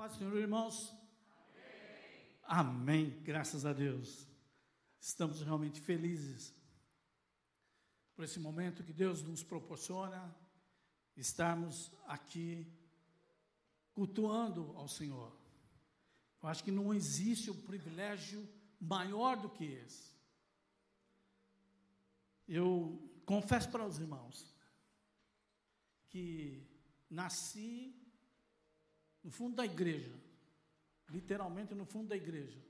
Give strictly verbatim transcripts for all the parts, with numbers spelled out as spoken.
paz do Senhor, irmãos? Amém. Amém, graças a Deus. Estamos realmente felizes por esse momento que Deus nos proporciona, estarmos aqui cultuando ao Senhor. Eu acho que não existe um privilégio maior do que esse. Eu confesso para os irmãos que nasci no fundo da igreja, literalmente no fundo da igreja.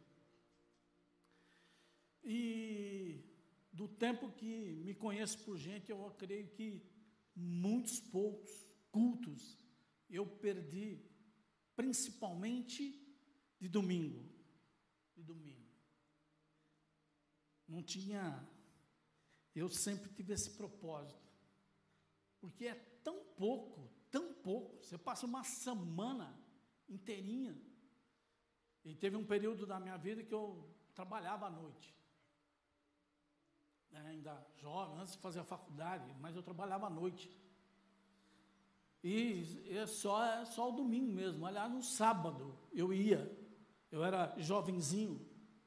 E do tempo que me conheço por gente, eu creio que muitos poucos cultos eu perdi, principalmente de domingo. De domingo. Não tinha, eu sempre tive esse propósito, porque é tão pouco, tão pouco, você passa uma semana inteirinha, e teve um período da minha vida que eu trabalhava à noite, né, ainda jovem, antes de fazer a faculdade, mas eu trabalhava à noite, e é só, é só o domingo mesmo. Aliás, no sábado eu ia, eu era jovenzinho,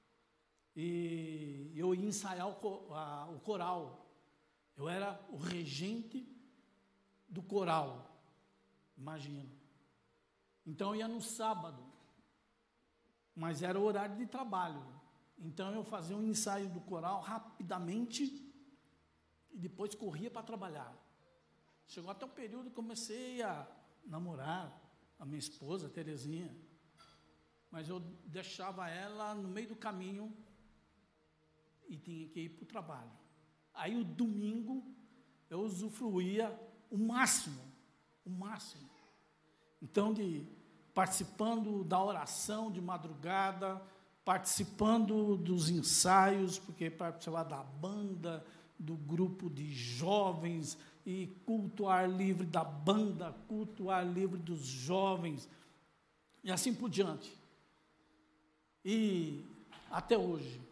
e eu ia ensaiar o, co, a, o coral, eu era o regente do coral, imagina. Então eu ia no sábado, mas era o horário de trabalho. Então eu fazia um ensaio do coral rapidamente e depois corria para trabalhar. Chegou até um período que comecei a namorar a minha esposa, a Terezinha, mas eu deixava ela no meio do caminho e tinha que ir para o trabalho. Aí o domingo eu usufruía o máximo, o máximo. Então, de, participando da oração de madrugada, participando dos ensaios, porque participava da banda, do grupo de jovens, e culto ao ar livre da banda, culto ao ar livre dos jovens, e assim por diante. E até hoje,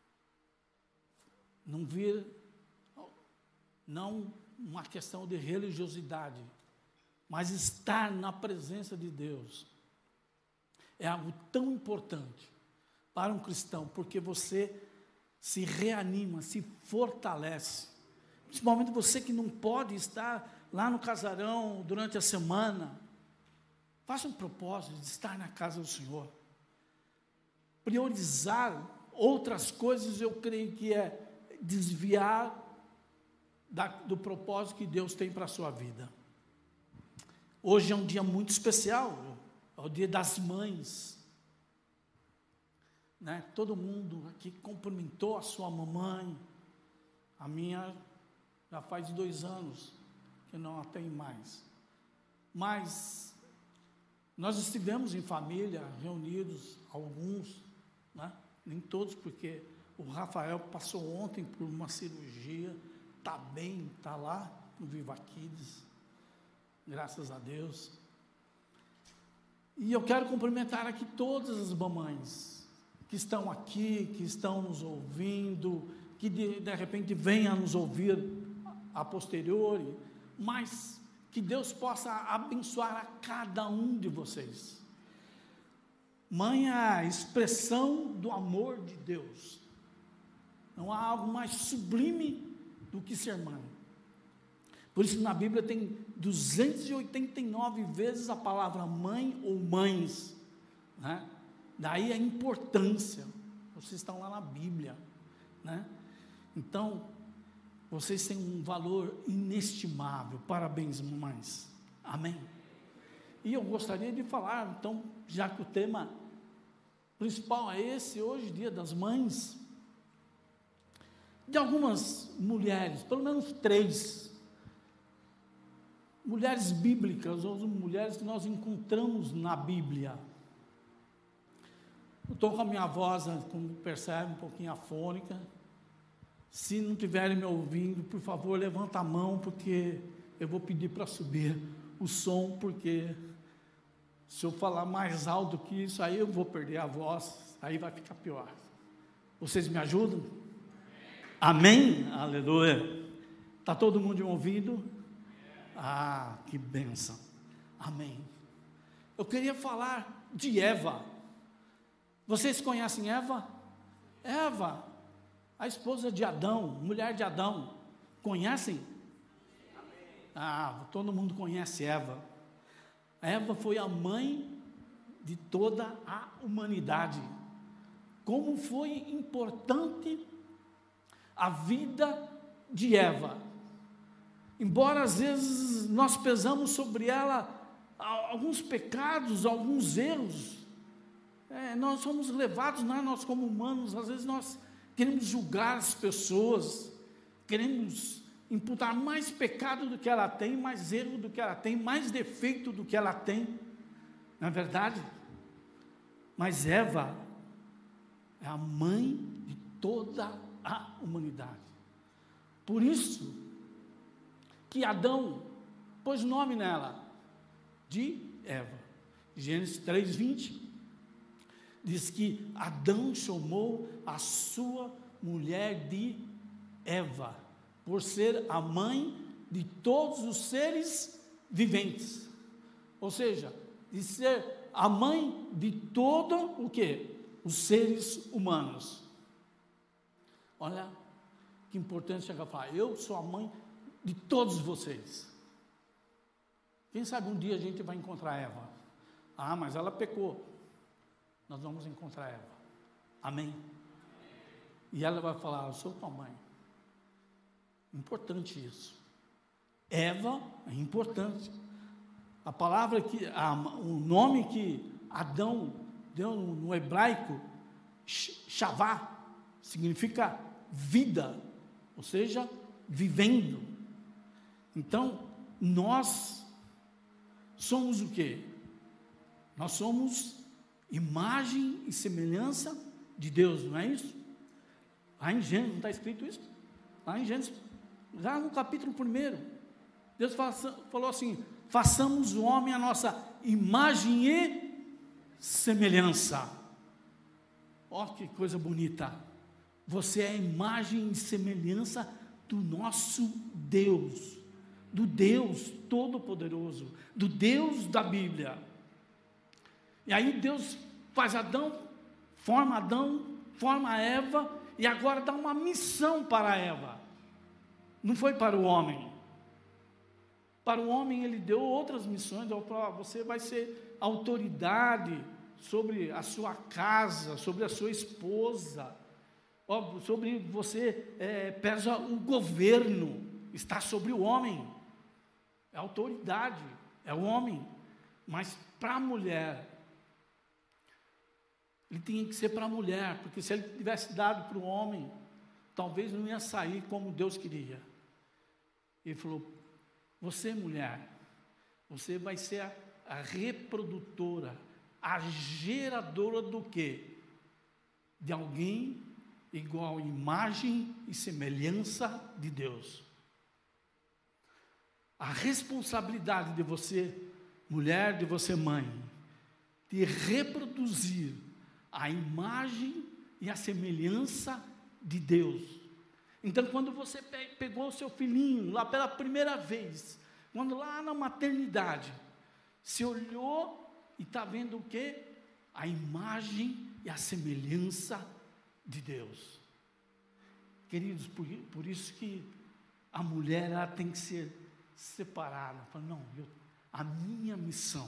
não vir, não uma questão de religiosidade, mas estar na presença de Deus é algo tão importante para um cristão, porque você se reanima, se fortalece, principalmente você que não pode estar lá no casarão durante a semana. Faça um propósito de estar na casa do Senhor. Priorizar outras coisas, eu creio que é desviar da, do propósito que Deus tem para a sua vida. Hoje é um dia muito especial, é o dia das mães, né? Todo mundo aqui cumprimentou a sua mamãe. A minha já faz dois anos que não a tem mais, mas nós estivemos em família, reunidos, alguns, né? Nem todos, porque o Rafael passou ontem por uma cirurgia, está bem, está lá no Viva Kids, graças a Deus. E eu quero cumprimentar aqui todas as mamães que estão aqui, que estão nos ouvindo, que de, de repente venham nos ouvir a posteriori, mas que Deus possa abençoar a cada um de vocês. Mãe é a expressão do amor de Deus. Não há algo mais sublime do que ser mãe. Por isso na Bíblia tem duzentas e oitenta e nove vezes a palavra mãe ou mães, né? Daí a importância, vocês estão lá na Bíblia, né? Então, vocês têm um valor inestimável. Parabéns, mamães. Amém? E eu gostaria de falar, então, já que o tema principal é esse, hoje, Dia das Mães, de algumas mulheres, pelo menos três, mulheres bíblicas, ou mulheres que nós encontramos na Bíblia. Eu estou com a minha voz, como percebe, um pouquinho afônica. Se não estiverem me ouvindo, por favor, levanta a mão, porque eu vou pedir para subir o som, porque se eu falar mais alto que isso, aí eu vou perder a voz, aí vai ficar pior. Vocês me ajudam? Amém? Aleluia. Está todo mundo me ouvindo? Ah, que bênção. Amém. Eu queria falar de Eva. Vocês conhecem Eva? Eva, a esposa de Adão, mulher de Adão. Conhecem? Ah, todo mundo conhece Eva. Eva foi a mãe de toda a humanidade. Como foi importante a vida de Eva. Embora às vezes nós pesamos sobre ela alguns pecados, alguns erros, é, nós somos levados, né, nós como humanos, às vezes nós queremos julgar as pessoas, queremos imputar mais pecado do que ela tem, mais erro do que ela tem, mais defeito do que ela tem, não é verdade? Mas Eva é a mãe de toda a humanidade. Por isso que Adão pôs nome nela, de Eva. Gênesis três, vinte, diz que Adão chamou a sua mulher de Eva, por ser a mãe de todos os seres viventes. Ou seja, de ser a mãe de todo o quê? Os seres humanos. Olha, que importante chegar a falar, eu sou a mãe de todos vocês. Quem sabe um dia a gente vai encontrar Eva. Ah, mas ela pecou. Nós vamos encontrar Eva. Amém? E ela vai falar, eu sou tua mãe. Importante isso. Eva é importante. A palavra que, a, o nome que Adão deu no, no hebraico, Shavá, significa vida, ou seja, vivendo. Então, nós somos o quê? Nós somos imagem e semelhança de Deus, não é isso? Lá em Gênesis, não está escrito isso? Lá em Gênesis, já no capítulo primeiro, Deus falou assim, façamos o homem a nossa imagem e semelhança. Ó, que coisa bonita. Você é a imagem e semelhança do nosso Deus, do Deus Todo-Poderoso, do Deus da Bíblia. E aí Deus faz Adão, forma Adão, forma Eva, e agora dá uma missão para Eva. Não foi para o homem. Para o homem ele deu outras missões, você vai ser autoridade sobre a sua casa, sobre a sua esposa, sobre você, é, pesa o governo, está sobre o homem, é autoridade, é o homem, mas para a mulher, ele tinha que ser para a mulher, porque se ele tivesse dado para o homem, talvez não ia sair como Deus queria. Ele falou, você mulher, você vai ser a, a reprodutora, a geradora do quê? De alguém igual imagem e semelhança de Deus. A responsabilidade de você, mulher, de você mãe, de reproduzir a imagem e a semelhança de Deus. Então, quando você pegou o seu filhinho lá pela primeira vez, quando lá na maternidade, se olhou e está vendo o quê? A imagem e a semelhança de Deus. Queridos, por, por isso que a mulher ela tem que ser separada. Fala, não, eu, a minha missão,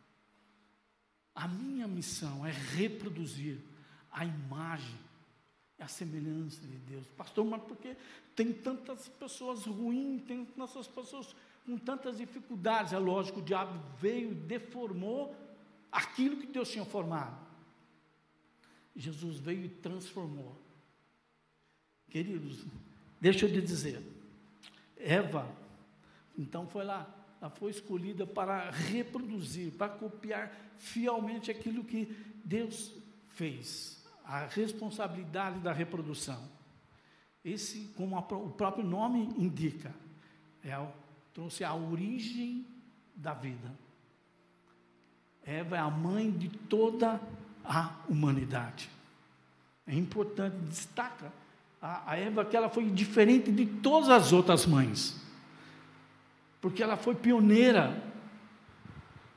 a minha missão é reproduzir a imagem e a semelhança de Deus. Pastor, mas porque tem tantas pessoas ruins, tem tantas pessoas com tantas dificuldades? É lógico, o diabo veio e deformou aquilo que Deus tinha formado. Jesus veio e transformou. Queridos, deixa eu lhe dizer, Eva, então foi lá, ela foi escolhida para reproduzir, para copiar fielmente aquilo que Deus fez, a responsabilidade da reprodução. Esse, como a, o próprio nome indica, é, trouxe a origem da vida. Eva é a mãe de toda a humanidade. É importante, destaca a, a Eva que ela foi diferente de todas as outras mães, porque ela foi pioneira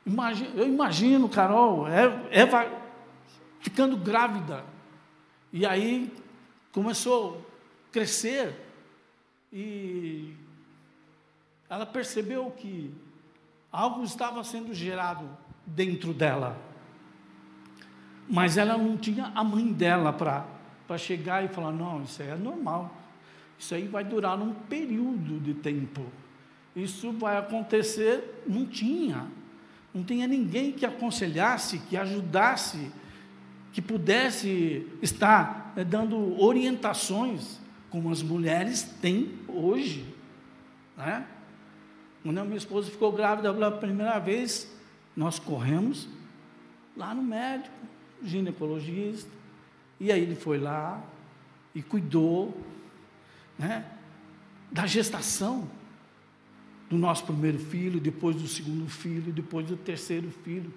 Imagina, eu imagino, Carol, Eva ficando grávida. E aí começou a crescer. E ela percebeu que algo estava sendo gerado dentro dela. Mas ela não tinha a mãe dela para para chegar e falar, não, isso aí é normal. Isso aí vai durar um período de tempo. Isso vai acontecer. Não tinha. Não tinha ninguém que aconselhasse, que ajudasse, que pudesse estar é, dando orientações, como as mulheres têm hoje. Né? Quando a minha esposa ficou grávida pela primeira vez, nós corremos lá no médico, ginecologista, e aí ele foi lá e cuidou, né, da gestação do nosso primeiro filho, depois do segundo filho, depois do terceiro filho.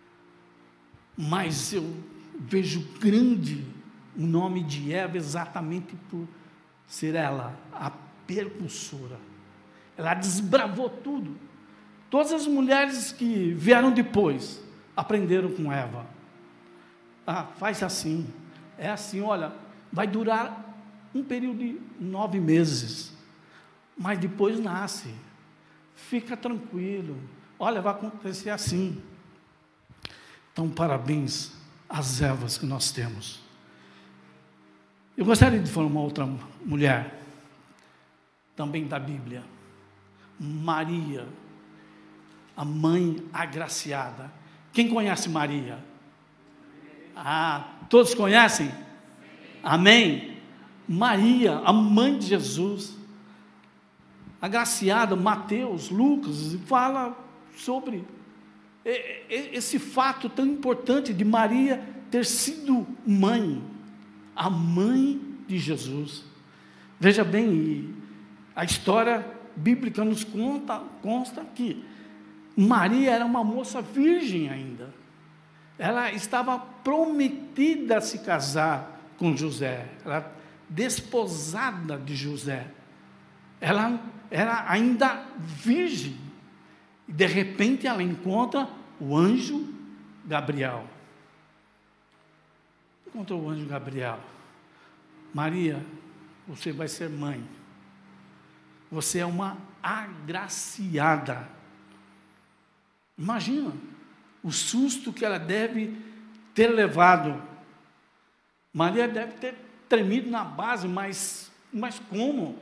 Mas eu vejo grande o nome de Eva exatamente por ser ela a percursora. Ela desbravou tudo. Todas as mulheres que vieram depois aprenderam com Eva. Ah, faz assim, é assim, olha, vai durar um período de nove meses, mas depois nasce. Fica tranquilo. Olha, vai acontecer assim. Então, parabéns às Evas que nós temos. Eu gostaria de falar uma outra mulher, também da Bíblia. Maria, a mãe agraciada. Quem conhece Maria? Ah, todos conhecem? Amém? Maria, a mãe de Jesus, agraciada. Mateus, Lucas, fala sobre esse fato tão importante de Maria ter sido mãe, a mãe de Jesus. Veja bem, a história bíblica nos conta, consta que Maria era uma moça virgem ainda. Ela estava prometida a se casar com José, ela desposada de José. Ela era ainda virgem. E de repente ela encontra o anjo Gabriel. Encontrou o anjo Gabriel. Maria, você vai ser mãe. Você é uma agraciada. Imagina o susto que ela deve ter levado. Maria deve ter tremido na base, mas, mas como?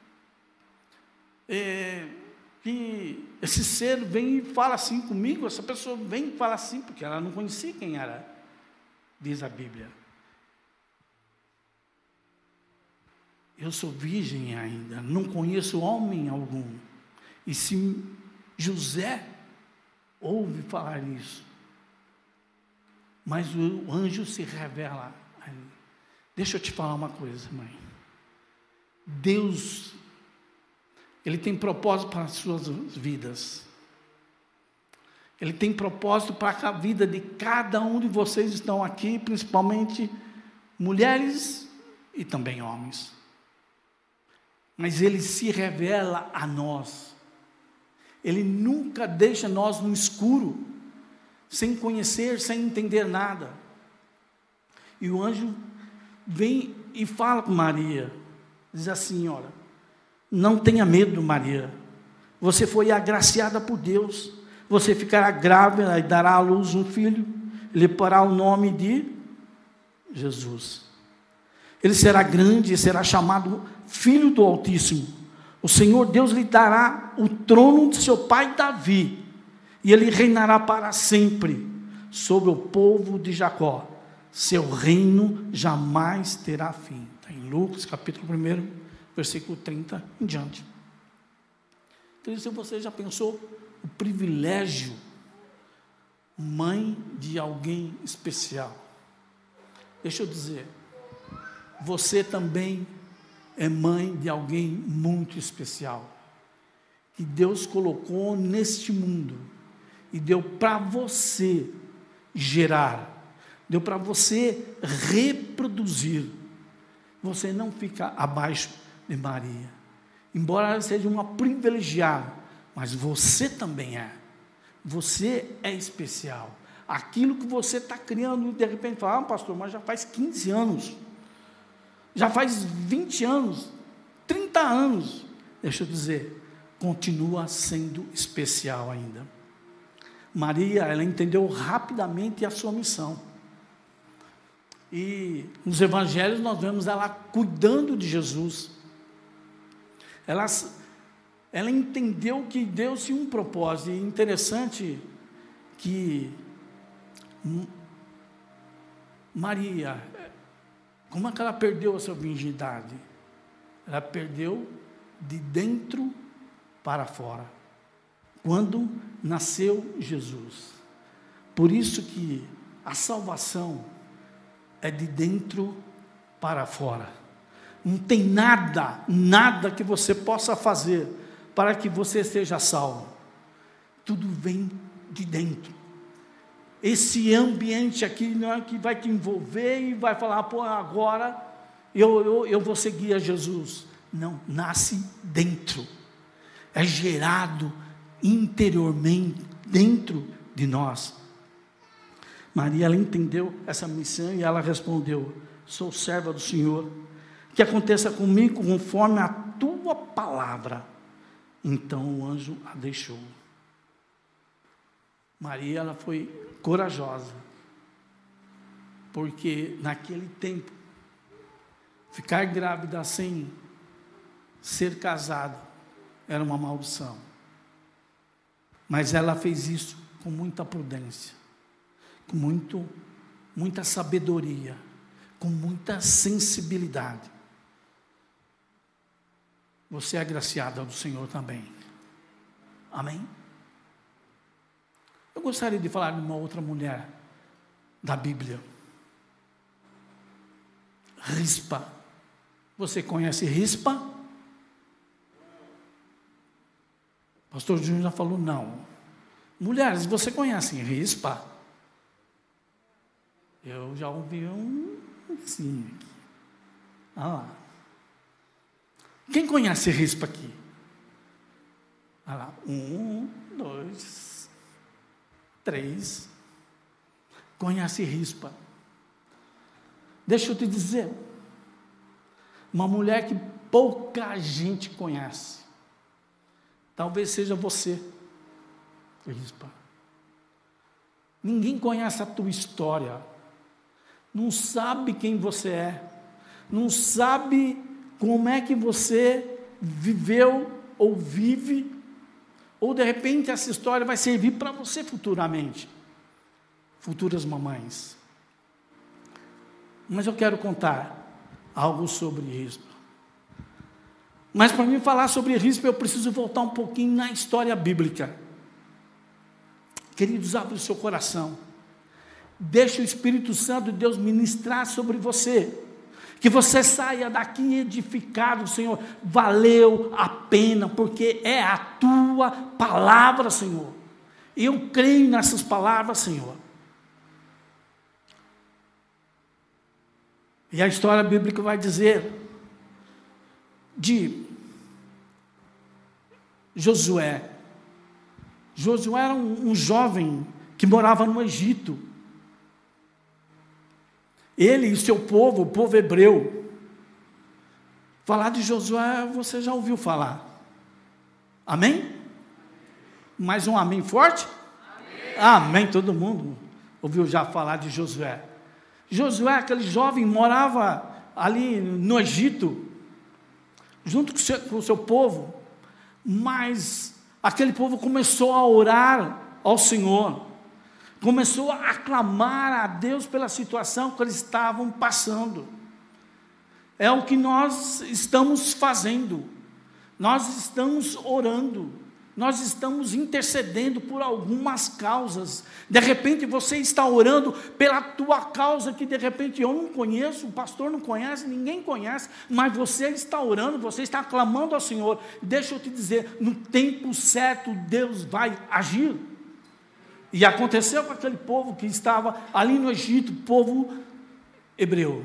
É, que esse ser vem e fala assim comigo, essa pessoa vem e fala assim, porque ela não conhecia quem era, diz a Bíblia. Eu sou virgem ainda, não conheço homem algum. E se José ouve falar isso, mas o anjo se revela ali. Deixa eu te falar uma coisa, mãe. Deus, Ele tem propósito para as suas vidas. Ele tem propósito para a vida de cada um de vocês que estão aqui, principalmente mulheres e também homens. Mas Ele se revela a nós. Ele nunca deixa nós no escuro, sem conhecer, sem entender nada. E o anjo vem e fala com Maria, diz assim, olha, não tenha medo, Maria, você foi agraciada por Deus, você ficará grávida e dará à luz um filho, ele porá o nome de Jesus. Ele será grande e será chamado Filho do Altíssimo. O Senhor Deus lhe dará o trono de seu pai Davi, e ele reinará para sempre sobre o povo de Jacó. Seu reino jamais terá fim. Está em Lucas, capítulo um, versículo trinta em diante. Então, se você já pensou o privilégio, mãe de alguém especial. Deixa eu dizer, você também é mãe de alguém muito especial, que Deus colocou neste mundo, e deu para você gerar, deu para você reproduzir. Você não fica abaixo de Maria, embora ela seja uma privilegiada, mas você também é. Você é especial. Aquilo que você está criando, de repente fala, ah, pastor, mas já faz quinze anos, já faz vinte anos, trinta anos. Deixa eu dizer, continua sendo especial ainda. Maria, ela entendeu rapidamente a sua missão. E nos evangelhos nós vemos ela cuidando de Jesus. Ela, ela entendeu que Deus tinha um propósito. E interessante que Maria, como é que ela perdeu a sua virgindade? Ela perdeu de dentro para fora, quando nasceu Jesus. Por isso que a salvação é de dentro para fora. Não tem nada, nada que você possa fazer para que você seja salvo. Tudo vem de dentro. Esse ambiente aqui não é que vai te envolver e vai falar, pô, agora eu, eu, eu vou seguir a Jesus. Não, nasce dentro. É gerado interiormente, dentro de nós. Maria, ela entendeu essa missão e ela respondeu, sou serva do Senhor, que aconteça comigo conforme a tua palavra. Então o anjo a deixou. Maria, ela foi corajosa, porque naquele tempo, ficar grávida sem ser casado era uma maldição. Mas ela fez isso com muita prudência, com muito, muita sabedoria, com muita sensibilidade. Você é agraciada do Senhor também. Amém? Eu gostaria de falar de uma outra mulher da Bíblia. Rispa. Você conhece Rispa? O pastor Júnior já falou não. Mulheres, você conhece Rispa? Eu já ouvi um sim aqui. Ah lá. Quem conhece Rispa aqui? Ah lá. Um, dois, três. Conhece Rispa. Deixa eu te dizer. Uma mulher que pouca gente conhece. Talvez seja você, Rispa. Ninguém conhece a tua história. Não sabe quem você é. Não sabe como é que você viveu ou vive. Ou de repente essa história vai servir para você futuramente. Futuras mamães. Mas eu quero contar algo sobre Rispa. Mas para mim falar sobre Rispa, eu preciso voltar um pouquinho na história bíblica. Queridos, abre o seu coração. Deixa o Espírito Santo de Deus ministrar sobre você. Que você saia daqui edificado, Senhor. Valeu a pena, porque é a tua palavra, Senhor. Eu creio nessas palavras, Senhor. E a história bíblica vai dizer de Josué. Josué era um, um jovem que morava no Egito. Ele e seu povo, o povo hebreu. Falar de Josué, você já ouviu falar. Amém? Mais um amém forte? Amém, amém. Todo mundo ouviu já falar de Josué. Josué, aquele jovem, morava ali no Egito, junto com o seu, com o seu povo, mas aquele povo começou a orar ao Senhor, começou a clamar a Deus pela situação que eles estavam passando. É o que nós estamos fazendo, nós estamos orando, nós estamos intercedendo por algumas causas. De repente você está orando pela tua causa, que de repente eu não conheço, o pastor não conhece, ninguém conhece, mas você está orando, você está clamando ao Senhor. Deixa eu te dizer, no tempo certo Deus vai agir. E aconteceu com aquele povo que estava ali no Egito, povo hebreu.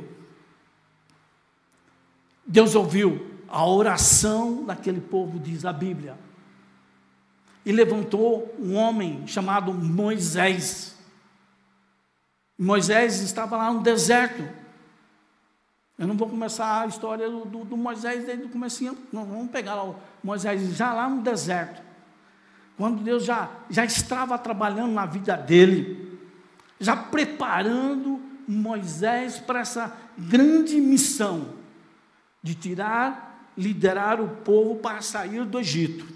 Deus ouviu a oração daquele povo, diz a Bíblia. e levantou um homem chamado Moisés. Moisés estava lá no deserto. Eu não vou começar a história do, do, do Moisés desde o comecinho, não, vamos pegar lá o Moisés já lá no deserto, quando Deus já, já estava trabalhando na vida dele, já preparando Moisés para essa grande missão, de tirar, liderar o povo para sair do Egito.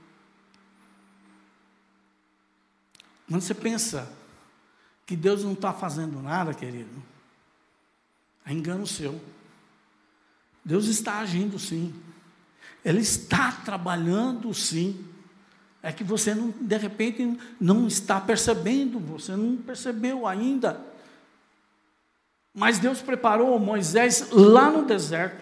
Quando você pensa que Deus não está fazendo nada, querido, é engano seu. Deus está agindo sim. Ele está trabalhando sim. É que você, não, de repente, não está percebendo, você não percebeu ainda. Mas Deus preparou Moisés lá no deserto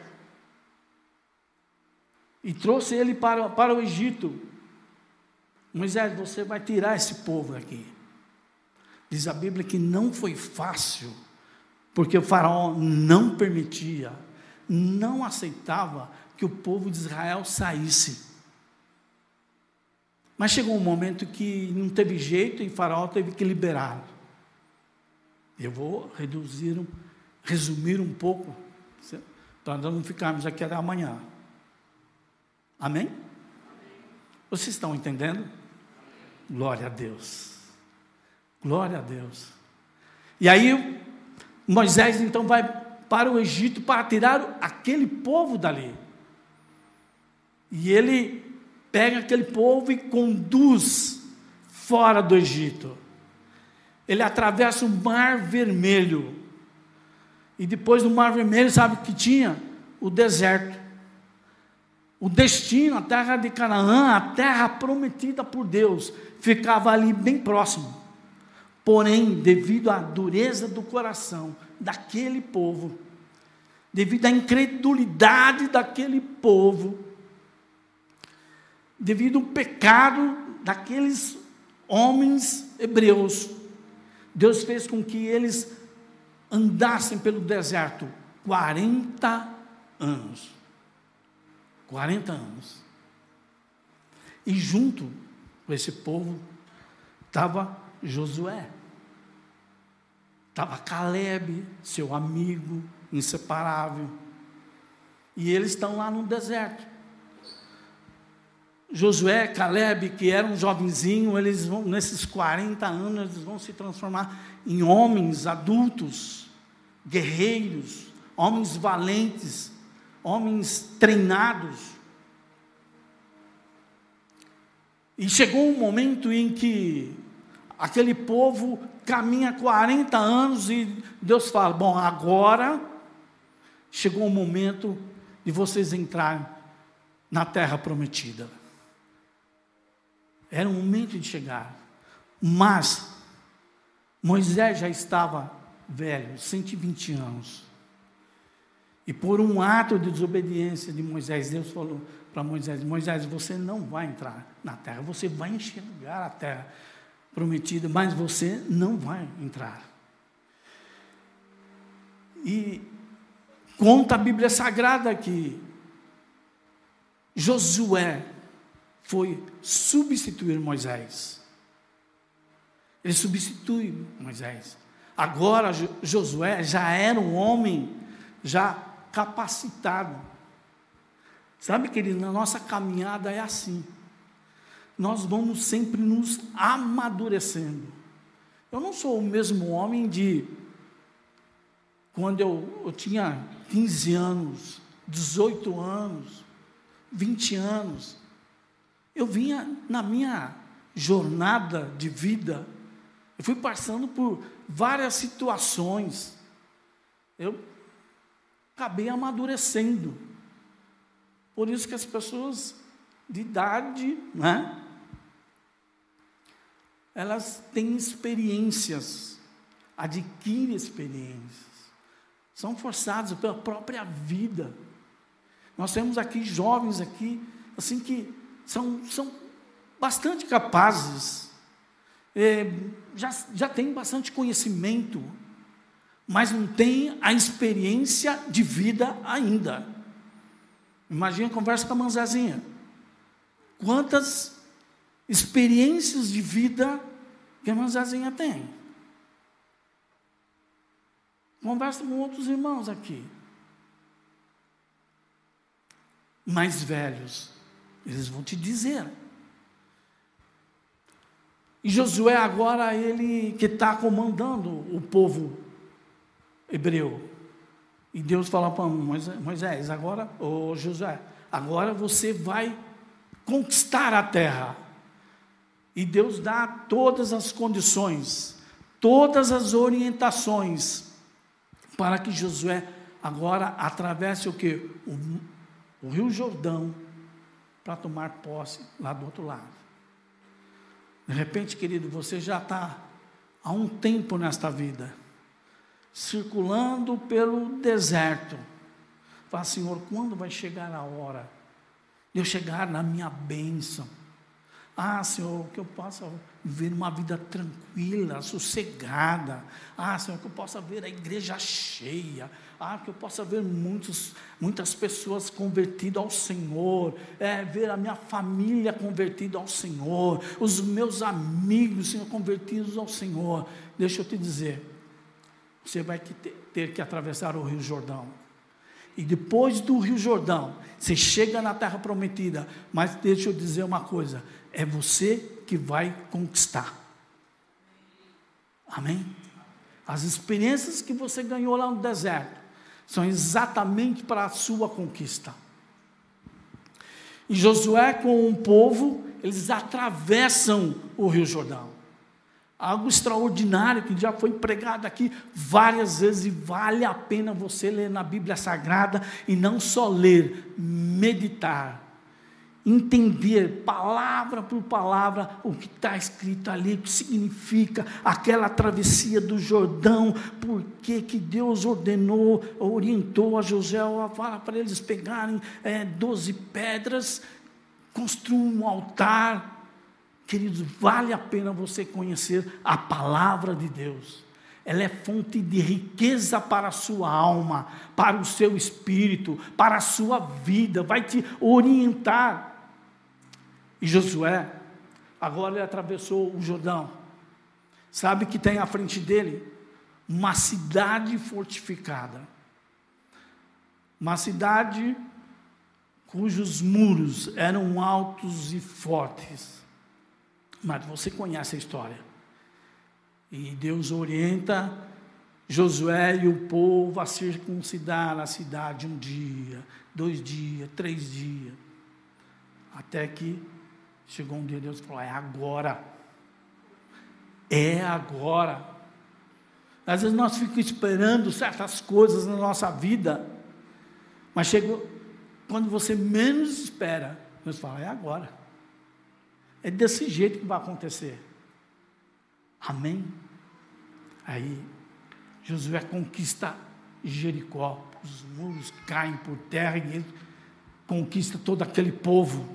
e trouxe ele para, para o Egito. Moisés, você vai tirar esse povo aqui. Diz a Bíblia que não foi fácil, porque o faraó não permitia, não aceitava que o povo de Israel saísse. Mas chegou um momento que não teve jeito e o faraó teve que liberar. Eu vou reduzir, resumir um pouco, para não ficarmos aqui até amanhã. Amém? Vocês estão entendendo? Glória a Deus. Glória a Deus. E aí, Moisés então vai para o Egito para tirar aquele povo dali. E ele pega aquele povo e conduz fora do Egito. Ele atravessa o Mar Vermelho. E depois do Mar Vermelho, sabe o que tinha? O deserto. O destino, a terra de Canaã, a terra prometida por Deus, ficava ali bem próximo. Porém, devido à dureza do coração daquele povo, devido à incredulidade daquele povo, devido ao pecado daqueles homens hebreus, Deus fez com que eles andassem pelo deserto quarenta anos. quarenta anos. E junto com esse povo estava Josué. Estava Caleb, seu amigo inseparável. E eles estão lá no deserto. Josué, Caleb, que era um jovenzinho, eles vão, nesses quarenta anos, eles vão se transformar em homens adultos, guerreiros, homens valentes, homens treinados. E chegou um momento em que aquele povo caminha quarenta anos e Deus fala, bom, agora chegou o momento de vocês entrarem na terra prometida. Era o momento de chegar. Mas Moisés já estava velho, cento e vinte anos. E por um ato de desobediência de Moisés, Deus falou para Moisés, Moisés, você não vai entrar na terra, você vai enxergar a terra prometida, mas você não vai entrar. E conta a Bíblia Sagrada que Josué foi substituir Moisés. Ele substitui Moisés. Agora Josué já era um homem já capacitado. Sabe, querido, na nossa caminhada é assim. Nós vamos sempre nos amadurecendo. Eu não sou o mesmo homem de quando eu, eu tinha quinze anos, dezoito anos, vinte anos. Eu vinha na minha jornada de vida, eu fui passando por várias situações. Eu acabei amadurecendo. Por isso que as pessoas de idade, né, elas têm experiências, adquirem experiências, são forçadas pela própria vida. Nós temos aqui jovens aqui, assim que são, são bastante capazes, é, já, já têm bastante conhecimento, mas não têm a experiência de vida ainda. Imagina a conversa com a Manzezinha. Quantas experiências de vida que a irmã Zezinha tem. Conversa com outros irmãos aqui. Mais velhos. Eles vão te dizer. E Josué agora, ele que está comandando o povo hebreu. E Deus fala para Moisés, agora, ô Josué, agora você vai conquistar a terra. E Deus dá todas as condições, todas as orientações, para que Josué agora atravesse o quê? O, o Rio Jordão, para tomar posse lá do outro lado. De repente, querido, você já está há um tempo nesta vida, circulando pelo deserto. Fala, Senhor, quando vai chegar a hora de eu chegar na minha bênção? Ah, Senhor, que eu possa viver uma vida tranquila, sossegada. Ah, Senhor, que eu possa ver a igreja cheia. Ah, que eu possa ver muitos, muitas pessoas convertidas ao Senhor. É, ver a minha família convertida ao Senhor. Os meus amigos, Senhor, convertidos ao Senhor. Deixa eu te dizer, você vai ter que atravessar o Rio Jordão. E depois do Rio Jordão, você chega na terra prometida. Mas deixa eu dizer uma coisa, é você que vai conquistar. Amém? As experiências que você ganhou lá no deserto são exatamente para a sua conquista. E Josué com o povo, eles atravessam o Rio Jordão. Algo extraordinário que já foi pregado aqui várias vezes e vale a pena você ler na Bíblia Sagrada e não só ler, meditar, entender palavra por palavra o que está escrito ali, o que significa aquela travessia do Jordão, por que que Deus ordenou, orientou a Josué para eles pegarem é, doze pedras, construir um altar. Queridos, vale a pena você conhecer a palavra de Deus. Ela é fonte de riqueza para a sua alma, para o seu espírito, para a sua vida, vai te orientar. E Josué, agora ele atravessou o Jordão. Sabe que tem à frente dele uma cidade fortificada. Uma cidade cujos muros eram altos e fortes. Mas você conhece a história. E Deus orienta Josué e o povo a circuncidar a cidade um dia, dois dias, três dias. Até que chegou um dia Deus falou, é agora. É agora. Às vezes nós ficamos esperando certas coisas na nossa vida, mas chegou, quando você menos espera, Deus fala, é agora. É desse jeito que vai acontecer. Amém? Aí, Josué conquista Jericó, os muros caem por terra e ele conquista todo aquele povo.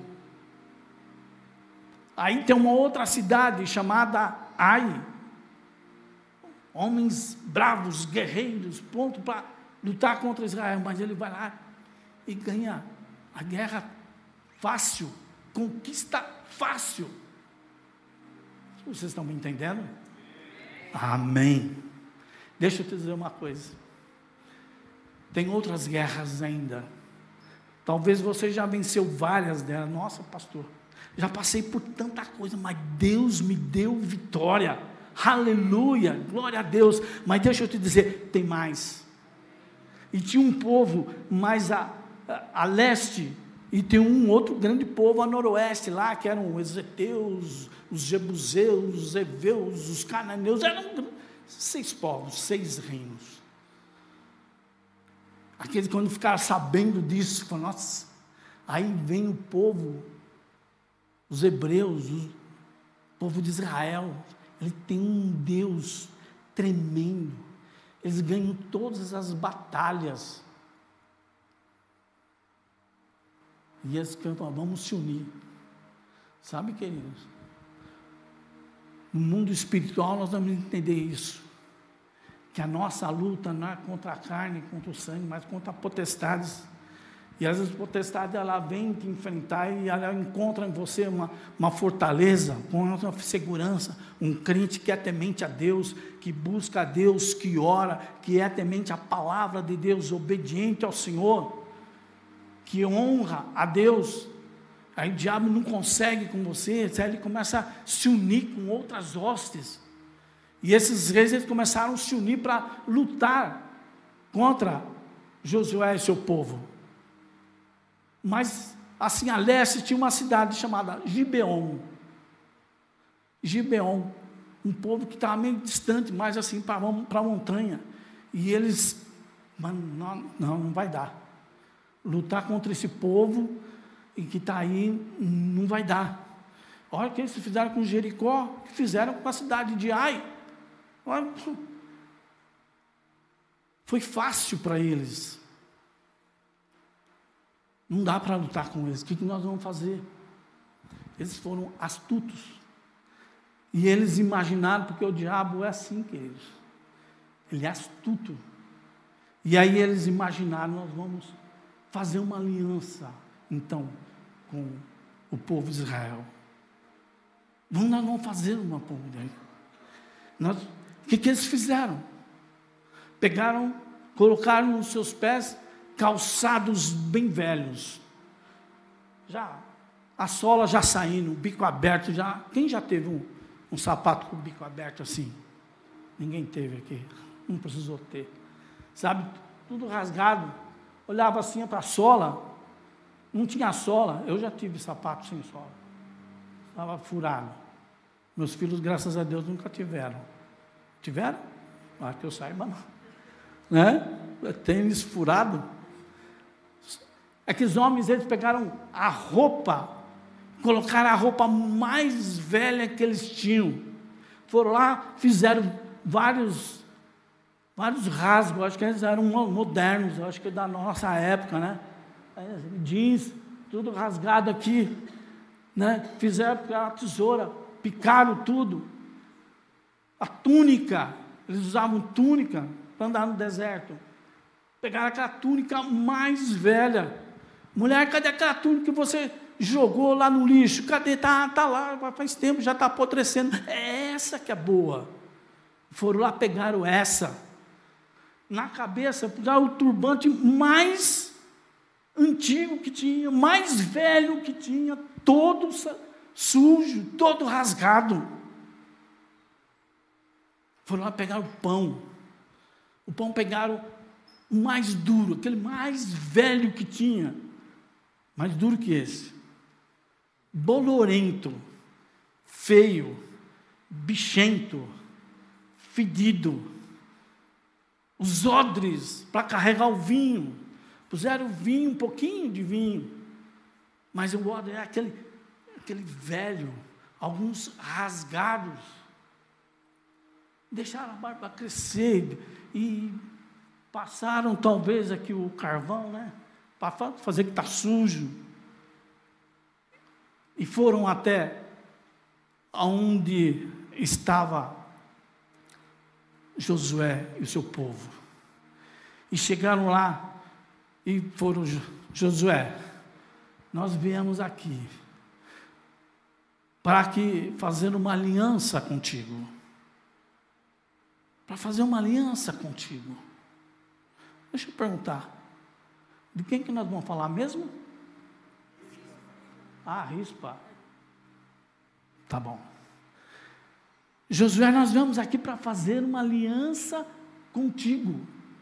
Aí tem uma outra cidade chamada Ai. Homens bravos, guerreiros, pronto para lutar contra Israel, mas ele vai lá e ganha a guerra fácil, conquista fácil. Vocês estão me entendendo? Amém. Deixa eu te dizer uma coisa. Tem outras guerras ainda. Talvez você já venceu várias delas. Nossa, pastor, já passei por tanta coisa, mas Deus me deu vitória. Aleluia, glória a Deus. Mas deixa eu te dizer, tem mais. E tinha um povo mais a, a, a leste, e tem um outro grande povo a noroeste lá, que eram os heteus, os jebuseus, os heveus, os cananeus, eram seis povos, seis reinos. Aqueles quando ficaram sabendo disso, falaram, nossa, aí vem o povo, os hebreus, o povo de Israel, ele tem um Deus tremendo, eles ganham todas as batalhas. E eles cantam, vamos se unir. Sabe, queridos? No mundo espiritual nós vamos entender isso. Que a nossa luta não é contra a carne, contra o sangue, mas contra potestades E às vezes a potestade, ela vem te enfrentar e ela encontra em você uma, uma fortaleza, uma segurança, um crente que é temente a Deus, que busca a Deus, que ora, que é temente à palavra de Deus, obediente ao Senhor, que honra a Deus. Aí o diabo não consegue com você, aí ele começa a se unir com outras hostes. E esses reis, eles começaram a se unir para lutar contra Josué e seu povo. Mas, assim, a leste tinha uma cidade chamada Gibeon. Gibeon, um povo que estava meio distante, mais assim, para a montanha. E eles, mano, não, não, não vai dar. Lutar contra esse povo e que está aí, não vai dar. Olha o que eles fizeram com Jericó, que fizeram com a cidade de Ai. Olha, foi fácil para eles. Não dá para lutar com eles. O que, que nós vamos fazer? Eles foram astutos. E eles imaginaram, porque o diabo é assim, queridos. Ele é astuto. E aí eles imaginaram, nós vamos fazer uma aliança, então, com o povo de Israel. Nós vamos fazer uma povo daí. Nós, o que, que eles fizeram? Pegaram, colocaram nos seus pés calçados bem velhos, já a sola já saindo, o bico aberto já. Quem já teve um, um sapato com o bico aberto assim? Ninguém teve aqui, não precisou ter, sabe, tudo rasgado. Olhava assim para a sola, não tinha sola. Eu já tive sapato sem sola, estava furado. Meus filhos, graças a Deus, nunca tiveram. Tiveram? Ah, que eu saiba, não, né? Tênis furado. Aqueles homens, eles pegaram a roupa, colocaram a roupa mais velha que eles tinham, foram lá, fizeram vários, vários rasgos, acho que eles eram modernos, acho que da nossa época, né? Jeans, tudo rasgado aqui, né? Fizeram a tesoura, picaram tudo. A túnica, eles usavam túnica para andar no deserto. Pegaram aquela túnica mais velha. Mulher, cadê aquela túnica que você jogou lá no lixo? Cadê? Está tá lá, faz tempo, já está apodrecendo. É essa que é boa. Foram lá, pegaram essa. Na cabeça, pegaram o turbante mais antigo que tinha, mais velho que tinha, todo sujo, todo rasgado. Foram lá pegar o pão. O pão pegaram o mais duro, aquele mais velho que tinha. Mais duro que esse. Bolorento, feio, bichento, fedido. Os odres para carregar o vinho. Puseram o vinho, um pouquinho de vinho. Mas o odre é aquele, aquele velho, alguns rasgados. Deixaram a barba crescer e passaram talvez aqui o carvão, né? Para fazer que está sujo. E foram até onde estava Josué e o seu povo. E chegaram lá e foram, Josué, nós viemos aqui para que fazer uma aliança contigo. Para fazer uma aliança contigo. Deixa eu perguntar, de quem que nós vamos falar mesmo? Ah, Rispa. Tá bom. Josué, nós viemos aqui para fazer uma aliança contigo.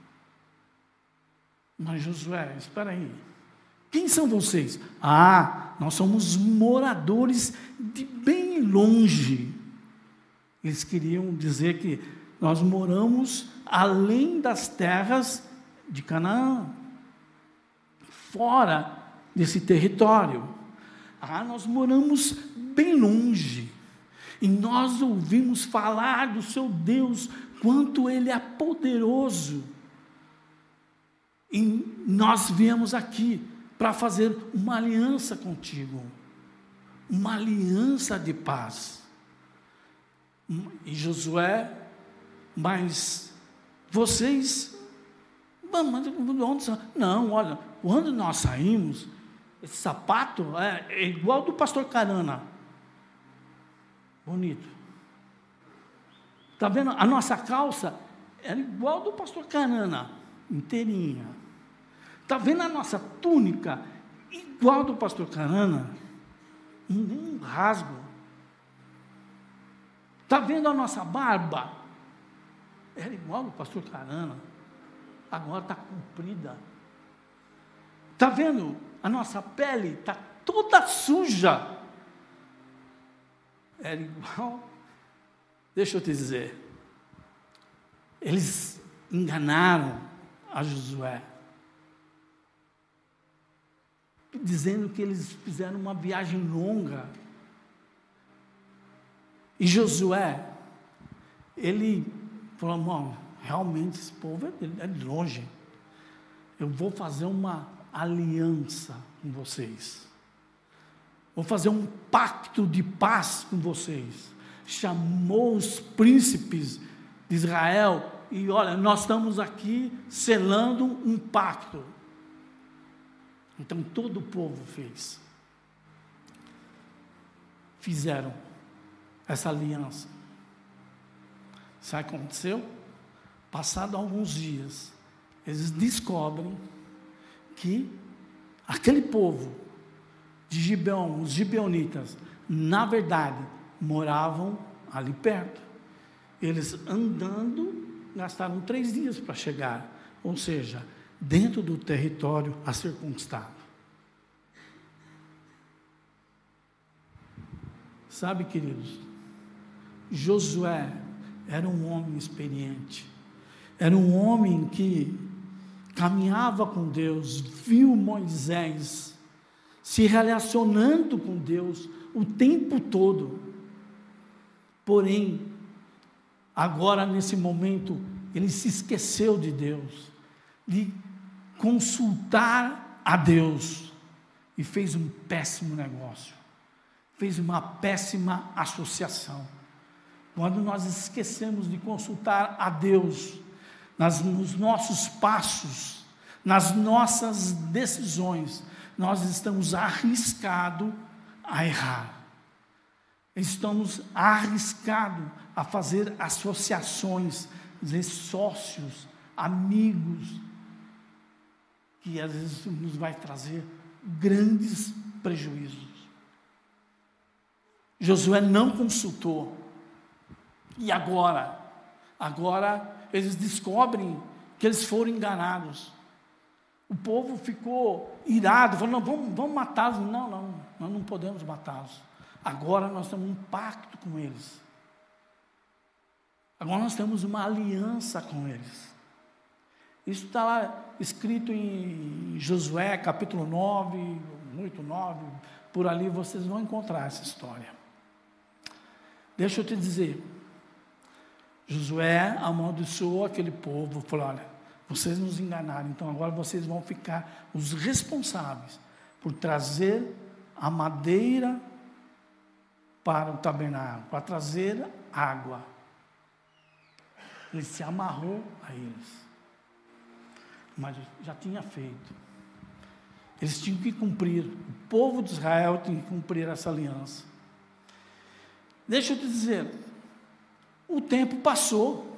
Mas Josué, espera aí. Quem são vocês? Ah, nós somos moradores de bem longe. Eles queriam dizer que nós moramos além das terras de Canaã, fora desse território. Ah, nós moramos bem longe, e nós ouvimos falar do seu Deus, quanto Ele é poderoso, e nós viemos aqui para fazer uma aliança contigo, uma aliança de paz. E Josué, mas vocês Mas onde, não, olha, quando nós saímos, esse sapato é, é igual ao do pastor Carana. Bonito. Está vendo? A nossa calça era igual ao do pastor Carana, inteirinha. Está vendo a nossa túnica igual ao do pastor Carana? Nem um rasgo. Está vendo a nossa barba? Era igual ao do pastor Carana. Agora está comprida. Está vendo? A nossa pele está toda suja. Era igual. Deixa eu te dizer. Eles enganaram a Josué, dizendo que eles fizeram uma viagem longa. E Josué, ele falou, irmão, realmente esse povo é, é de longe. Eu vou fazer uma aliança com vocês. Vou fazer um pacto de paz com vocês. Chamou os príncipes de Israel e olha, nós estamos aqui selando um pacto. Então todo o povo fez. Fizeram essa aliança. Sabe o que aconteceu? Passado alguns dias, eles descobrem que aquele povo de Gibeon, os gibeonitas, na verdade, moravam ali perto. Eles andando, gastaram três dias para chegar, ou seja, dentro do território a ser conquistado. Sabe, queridos, Josué era um homem experiente, era um homem que caminhava com Deus, viu Moisés se relacionando com Deus o tempo todo. Porém, agora nesse momento, ele se esqueceu de Deus, de consultar a Deus, e fez um péssimo negócio, fez uma péssima associação. Quando nós esquecemos de consultar a Deus, nas, nos nossos passos, nas nossas decisões, nós estamos arriscados a errar. Estamos arriscados a fazer associações, de sócios, amigos, que às vezes nos vai trazer grandes prejuízos. Josué não consultou. E agora? Agora eles descobrem que eles foram enganados. O povo ficou irado, falou, não, vamos, vamos matá-los. Não, não, nós não podemos matá-los. Agora nós temos um pacto com eles. Agora nós temos uma aliança com eles. Isso está lá escrito em Josué, capítulo nove, oito, nove, por ali vocês vão encontrar essa história. Deixa eu te dizer, Josué amaldiçoou aquele povo, falou, olha, vocês nos enganaram, então agora vocês vão ficar os responsáveis por trazer a madeira para o tabernáculo, para trazer água. Ele se amarrou a eles, mas já tinha feito. Eles tinham que cumprir, o povo de Israel tinha que cumprir essa aliança. Deixa eu te dizer, o tempo passou,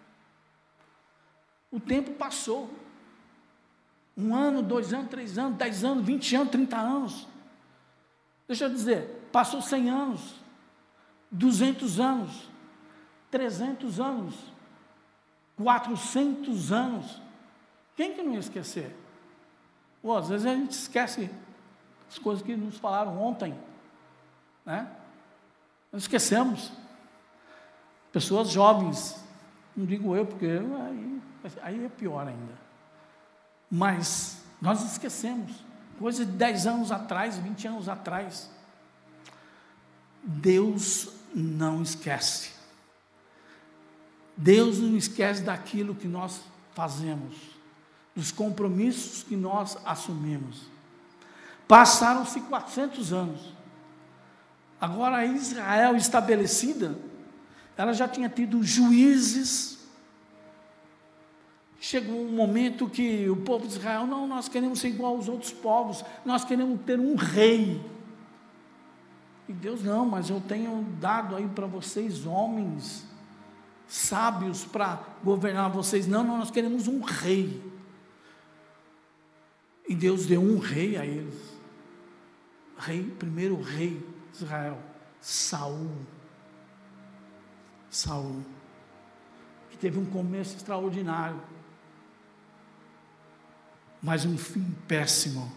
o tempo passou, um ano, dois anos, três anos, dez anos, vinte anos, trinta anos, deixa eu dizer, passou cem anos, duzentos anos, trezentos anos, quatrocentos anos, quem que não ia esquecer? Pô, às vezes a gente esquece as coisas que nos falaram ontem, né? Nós esquecemos. Pessoas jovens, não digo eu, porque aí, aí é pior ainda. Mas nós esquecemos, coisa de dez anos atrás, vinte anos atrás. Deus não esquece. Deus não esquece daquilo que nós fazemos, dos compromissos que nós assumimos. Passaram-se quatrocentos anos. Agora Israel estabelecida, ela já tinha tido juízes, chegou um momento que o povo de Israel, não, nós queremos ser igual aos outros povos, nós queremos ter um rei. E Deus, não, mas eu tenho dado aí para vocês homens sábios para governar vocês. Não, não, nós queremos um rei. E Deus deu um rei a eles. Rei, primeiro rei de Israel, Saul. Saul, que teve um começo extraordinário, mas um fim péssimo.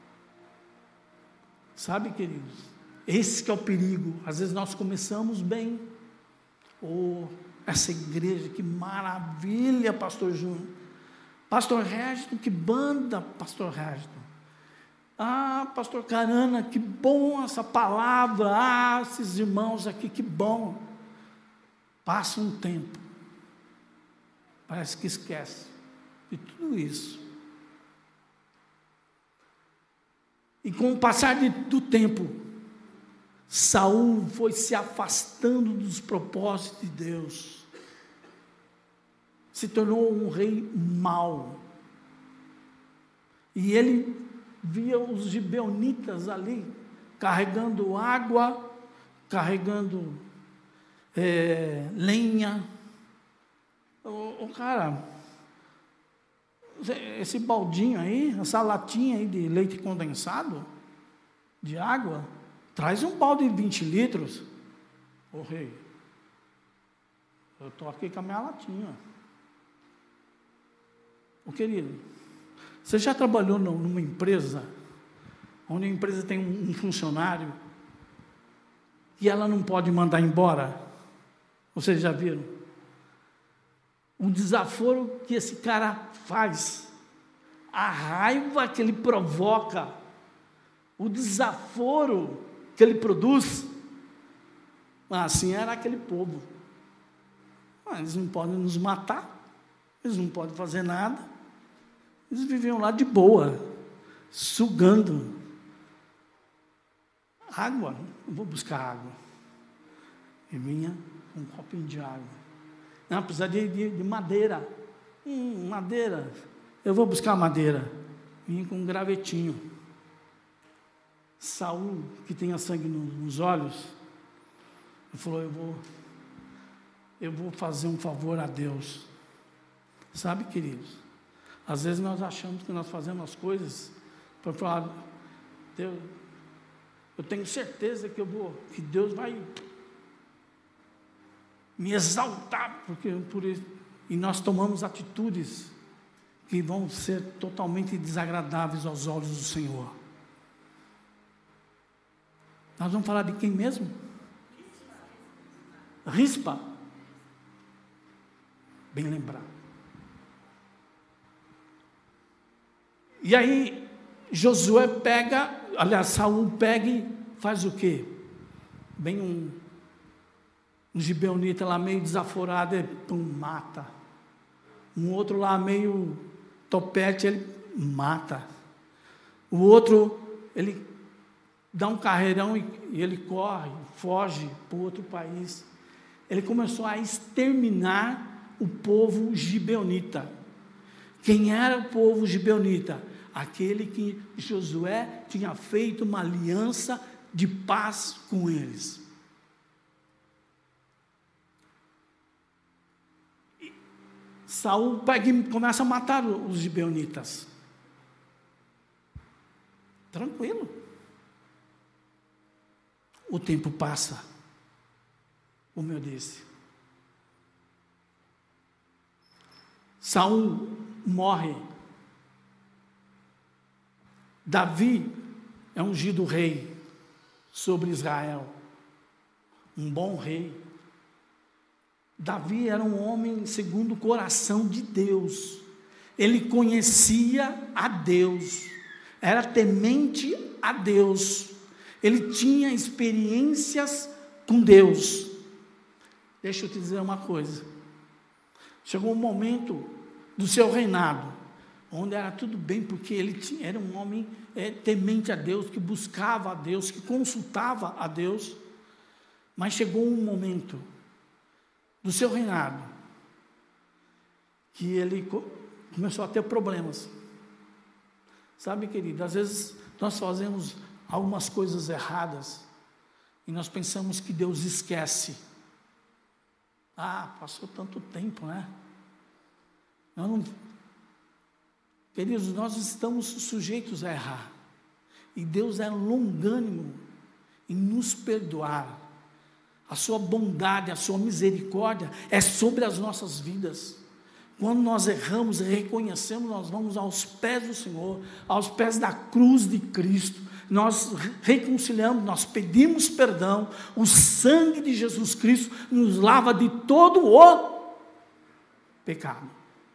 Sabe, queridos, esse que é o perigo. Às vezes nós começamos bem. Oh, essa igreja, que maravilha, pastor Júnior. Pastor Régito, que banda, pastor Régito. Ah, pastor Carana, que bom essa palavra. Ah, esses irmãos aqui, que bom. Passa um tempo, parece que esquece de tudo isso. E com o passar de, do tempo, Saul foi se afastando dos propósitos de Deus, se tornou um rei mau, e ele via os gibeonitas ali, carregando água, carregando é, lenha. O, o cara, esse baldinho aí, essa latinha aí de leite condensado, de água, traz um balde de vinte litros. Ô rei, eu estou aqui com a minha latinha. Ô querido, você já trabalhou numa empresa, onde a empresa tem um funcionário, e ela não pode mandar embora? Vocês já viram? O desaforo que esse cara faz, a raiva que ele provoca, o desaforo que ele produz. Assim era aquele povo. Mas eles não podem nos matar, eles não podem fazer nada, eles viviam lá de boa, sugando água. Eu vou buscar água. E vinha um copinho de água. Não, precisa de, de, de madeira. Hum, madeira. Eu vou buscar madeira. Vinha com um gravetinho. Saul, que tinha sangue no, nos olhos, ele falou, eu vou, eu vou fazer um favor a Deus. Sabe, queridos, às vezes nós achamos que nós fazemos as coisas para falar, Deus, eu tenho certeza que eu vou, que Deus vai me exaltar, porque por isso, e nós tomamos atitudes que vão ser totalmente desagradáveis aos olhos do Senhor. Nós vamos falar de quem mesmo? Rispa. Bem lembrado. E aí, Josué pega, aliás, Saul pega e faz o quê? Vem um, um gibeonita lá meio desaforado, ele pum, mata. Um outro lá meio topete, ele mata. O outro, ele dá um carreirão e, e ele corre, foge para outro país. Ele começou a exterminar o povo gibeonita. Quem era o povo gibeonita? Aquele que Josué tinha feito uma aliança de paz com eles. E Saul pega e começa a matar os gibeonitas. Tranquilo. O tempo passa, como eu disse. Saul morre. Davi é ungido rei sobre Israel, um bom rei. Davi era um homem segundo o coração de Deus. Ele conhecia a Deus, era temente a Deus. Ele tinha experiências com Deus. Deixa eu te dizer uma coisa. Chegou um momento do seu reinado, onde era tudo bem, porque ele tinha, era um homem é, temente a Deus, que buscava a Deus, que consultava a Deus. Mas chegou um momento do seu reinado, que ele começou a ter problemas. Sabe, querido, às vezes nós fazemos algumas coisas erradas e nós pensamos que Deus esquece. Ah, passou tanto tempo, né? Eu não... Queridos, nós estamos sujeitos a errar. E Deus é longânimo em nos perdoar. A sua bondade, a sua misericórdia é sobre as nossas vidas. Quando nós erramos e reconhecemos, nós vamos aos pés do Senhor, aos pés da cruz de Cristo. Nós reconciliamos, nós pedimos perdão. O sangue de Jesus Cristo nos lava de todo o pecado.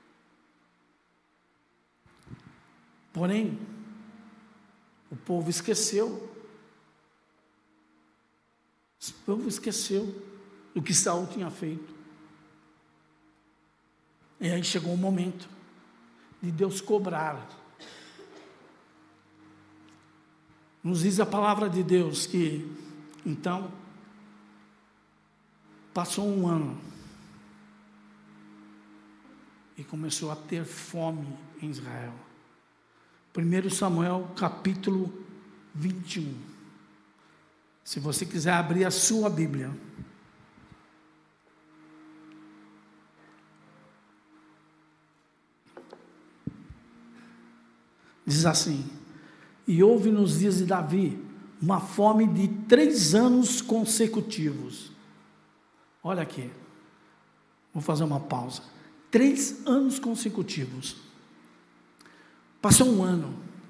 Porém, o povo esqueceu. O povo esqueceu do que Saul tinha feito. E aí chegou o momento de Deus cobrar. Nos diz a palavra de Deus que, então, passou um ano e começou a ter fome em Israel. primeiro Samuel, capítulo vinte e um. Se você quiser abrir a sua Bíblia. Diz assim: e houve nos dias de Davi uma fome de três anos consecutivos. Olha aqui, vou fazer uma pausa. Três anos consecutivos. Passou um ano.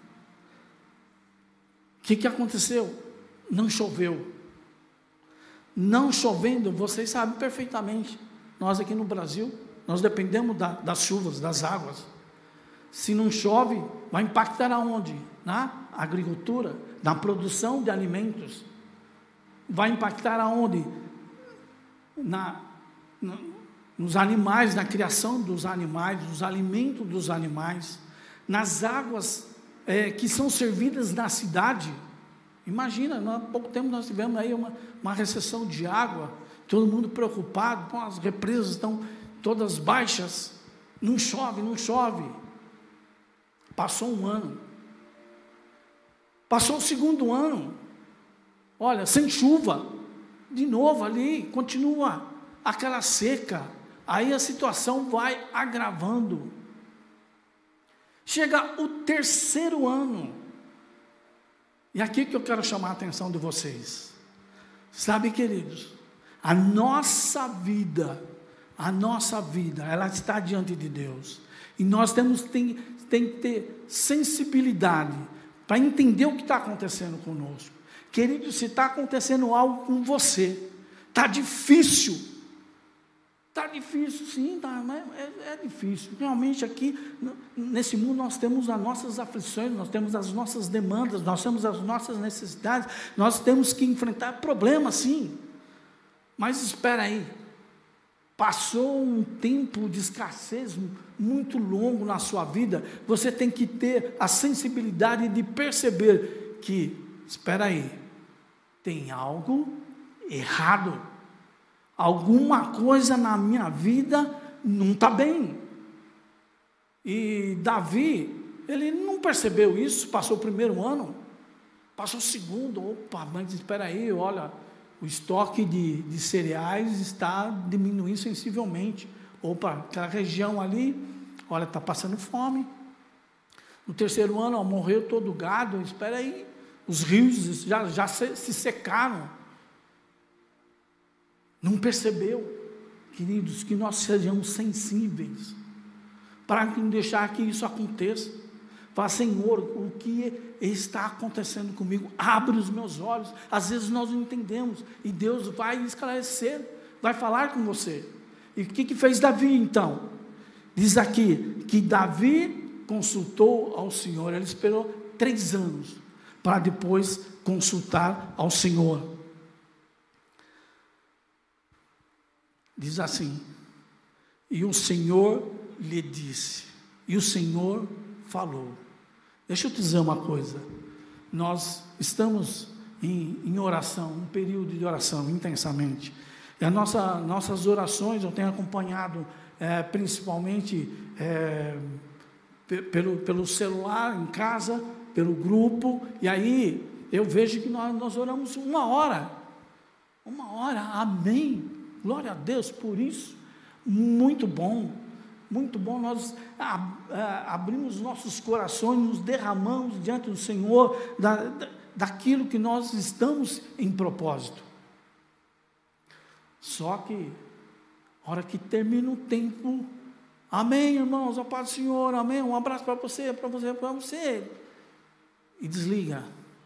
O que, que aconteceu? Não choveu. Não chovendo, vocês sabem perfeitamente. Nós aqui no Brasil, nós dependemos da, das chuvas, das águas. Se não chove, vai impactar aonde? Na agricultura, na produção de alimentos. Vai impactar aonde? Na, na, nos animais, na criação dos animais, nos alimentos dos animais, nas águas é, que são servidas na cidade. Imagina, há pouco tempo nós tivemos aí uma, uma recessão de água, todo mundo preocupado, bom, as represas estão todas baixas, não chove, não chove. Passou um ano. Passou o segundo ano. Olha, sem chuva. De novo ali, continua aquela seca. Aí a situação vai agravando. Chega o terceiro ano. E aqui que eu quero chamar a atenção de vocês. Sabe, queridos, a nossa vida, a nossa vida, ela está diante de Deus. E nós temos tem, tem que ter sensibilidade para entender o que está acontecendo conosco. Querido, se está acontecendo algo com você, está difícil. Está difícil, sim, tá, mas é, é difícil. Realmente aqui, nesse mundo, nós temos as nossas aflições, nós temos as nossas demandas, nós temos as nossas necessidades, nós temos que enfrentar problemas, sim. Mas espera aí, passou um tempo de escassez muito longo na sua vida, você tem que ter a sensibilidade de perceber que, espera aí, tem algo errado. Alguma coisa na minha vida não está bem. E Davi, ele não percebeu isso, passou o primeiro ano, passou o segundo, opa, mas espera aí, olha, o estoque de, de cereais está diminuindo sensivelmente. Opa, aquela região ali, olha, está passando fome. No terceiro ano, ó, morreu todo o gado, espera aí, os rios já, já se, se secaram. Não percebeu, queridos, que nós sejamos sensíveis, para não deixar que isso aconteça. Fala, Senhor, o que está acontecendo comigo? Abre os meus olhos. Às vezes nós não entendemos, e Deus vai esclarecer, vai falar com você. E o que, que fez Davi então? Diz aqui, que Davi consultou ao Senhor, ele esperou três anos, para depois consultar ao Senhor. Diz assim, e o Senhor lhe disse, e o Senhor falou. Deixa eu te dizer uma coisa, nós estamos em, em oração, um período de oração, intensamente, e as nossa, nossas orações, eu tenho acompanhado, é, principalmente, é, pelo, pelo celular, em casa, pelo grupo, e aí eu vejo que nós, nós oramos uma hora, uma hora, amém, glória a Deus por isso, muito bom, muito bom, nós a, a, abrimos nossos corações, nos derramamos diante do Senhor, da, da, daquilo que nós estamos em propósito. Só que, a hora que termina o tempo, amém, irmãos, a paz do Senhor, amém, um abraço para você, para você, para você, e desliga.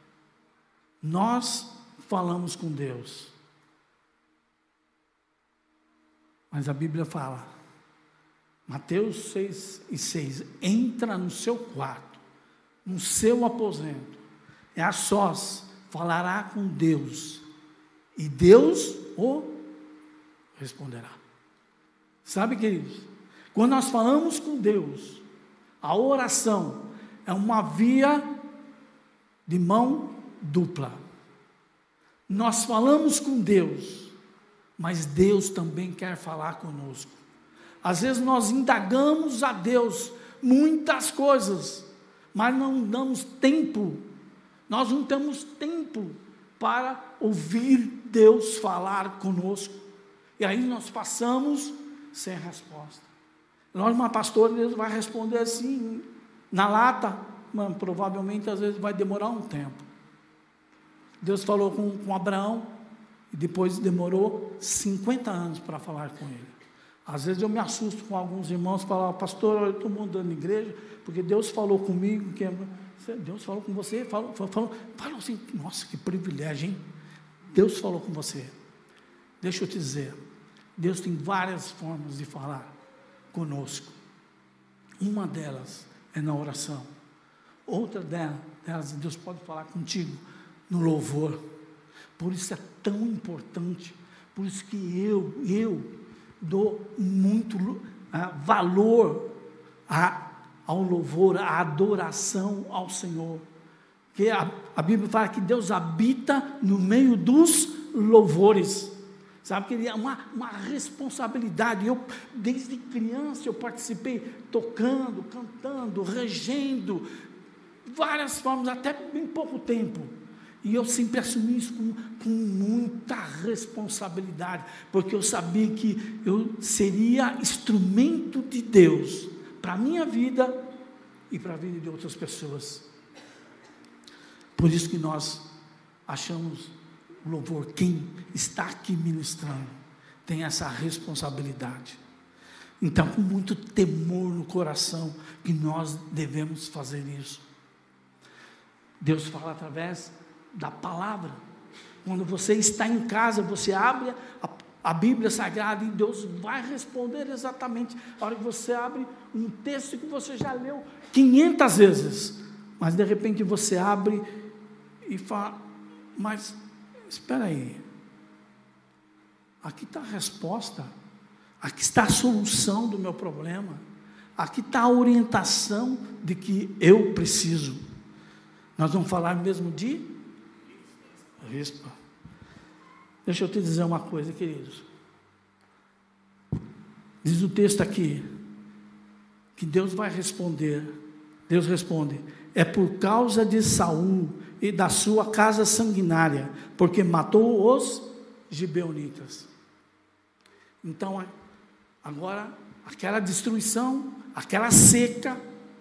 Nós falamos com Deus, mas a Bíblia fala, Mateus seis e seis, entra no seu quarto, no seu aposento, é a sós, falará com Deus, e Deus o responderá. Sabe, queridos, quando nós falamos com Deus, a oração é uma via de mão dupla. Nós falamos com Deus, mas Deus também quer falar conosco. Às vezes nós indagamos a Deus muitas coisas, mas não damos tempo, nós não temos tempo para ouvir Deus falar conosco. E aí nós passamos sem resposta. Nós, uma pastora, Deus vai responder assim, na lata, mas provavelmente às vezes vai demorar um tempo. Deus falou com, com Abraão, e depois demorou cinquenta anos para falar com ele. Às vezes eu me assusto com alguns irmãos que falam, pastor, eu estou mudando de igreja, porque Deus falou comigo, que Deus falou com você, falou, falou, falou assim, nossa, que privilégio, hein? Deus falou com você. Deixa eu te dizer, Deus tem várias formas de falar conosco. Uma delas é na oração. Outra delas, Deus pode falar contigo no louvor. Por isso é tão importante, por isso que eu, eu dou muito uh, valor a, ao louvor, à adoração ao Senhor. Que a, a Bíblia fala que Deus habita no meio dos louvores. Sabe que é uma, uma responsabilidade. Eu, desde criança, eu participei tocando, cantando, regendo, várias formas, até em pouco tempo. E eu sempre assumi isso com, com muita responsabilidade, porque eu sabia que eu seria instrumento de Deus para a minha vida e para a vida de outras pessoas. Por isso que nós achamos o louvor, quem está aqui ministrando, tem essa responsabilidade. Então, com muito temor no coração, que nós devemos fazer isso. Deus fala através da palavra. Quando você está em casa, você abre a, a Bíblia Sagrada e Deus vai responder exatamente. A hora que você abre um texto que você já leu quinhentas vezes, mas de repente você abre e fala, mas espera aí, aqui está a resposta, aqui está a solução do meu problema, aqui está a orientação de que eu preciso. Nós vamos falar mesmo de rispa. Deixa eu te dizer uma coisa, queridos. Diz o texto aqui, que Deus vai responder, Deus responde, é por causa de Saul e da sua casa sanguinária, porque matou os gibeonitas. Então, agora, aquela destruição, aquela seca,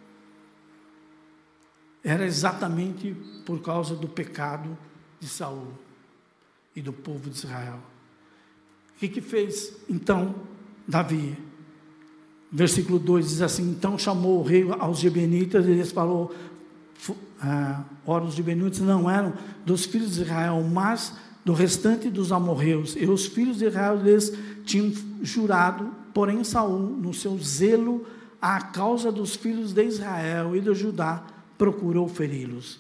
era exatamente por causa do pecado de Saul e do povo de Israel. O que que fez, então, Davi? Versículo dois diz assim, então chamou o rei aos gibeonitas, e eles falou, ah, ora os gibeonitas não eram dos filhos de Israel, mas do restante dos amorreus, e os filhos de Israel, eles tinham jurado, porém Saul, no seu zelo à causa dos filhos de Israel e de Judá, procurou feri-los.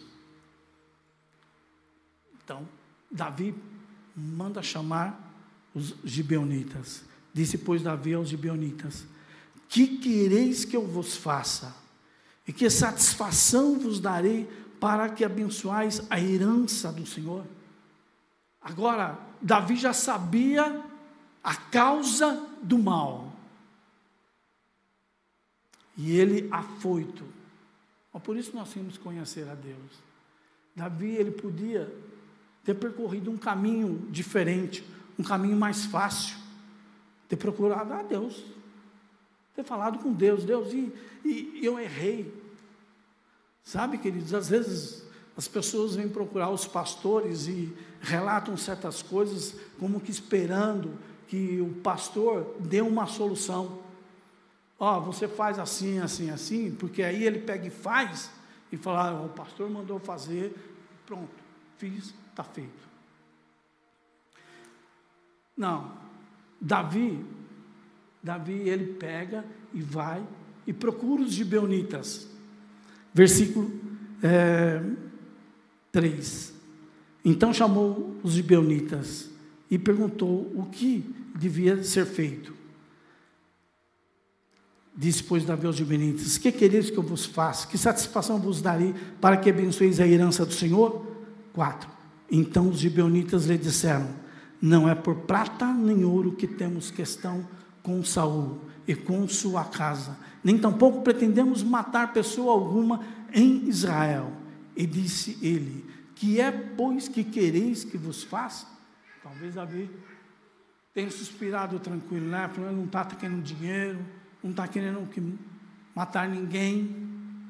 Então, Davi manda chamar os gibeonitas. Disse, pois, Davi aos gibeonitas, que quereis que eu vos faça? E que satisfação vos darei para que abençoais a herança do Senhor? Agora, Davi já sabia a causa do mal. e ele afoito. Por isso nós temos que conhecer a Deus. Davi, ele podia ter percorrido um caminho diferente, um caminho mais fácil, ter procurado a Deus, ter falado com Deus, Deus, e, e eu errei. Sabe, queridos, às vezes as pessoas vêm procurar os pastores e relatam certas coisas, como que esperando que o pastor dê uma solução. Ó, oh, você faz assim, assim, assim, porque aí ele pega e faz, e fala, ah, o pastor mandou fazer, pronto, fiz, está feito. Não, Davi, Davi, ele pega e vai e procura os gibeonitas. Versículo é, três. Então chamou os gibeonitas e perguntou o que devia ser feito. Disse, pois, Davi aos gibeonitas, que quereis que eu vos faça? Que satisfação vos darei para que abençoeis a herança do Senhor? quatro. Então os gibeonitas lhe disseram, não é por prata nem ouro que temos questão com Saul e com sua casa, nem tampouco pretendemos matar pessoa alguma em Israel. E disse ele, que é, pois, que quereis que vos faça? Talvez Davi tenha suspirado tranquilo, né? Falando, não está querendo dinheiro, não está querendo que matar ninguém.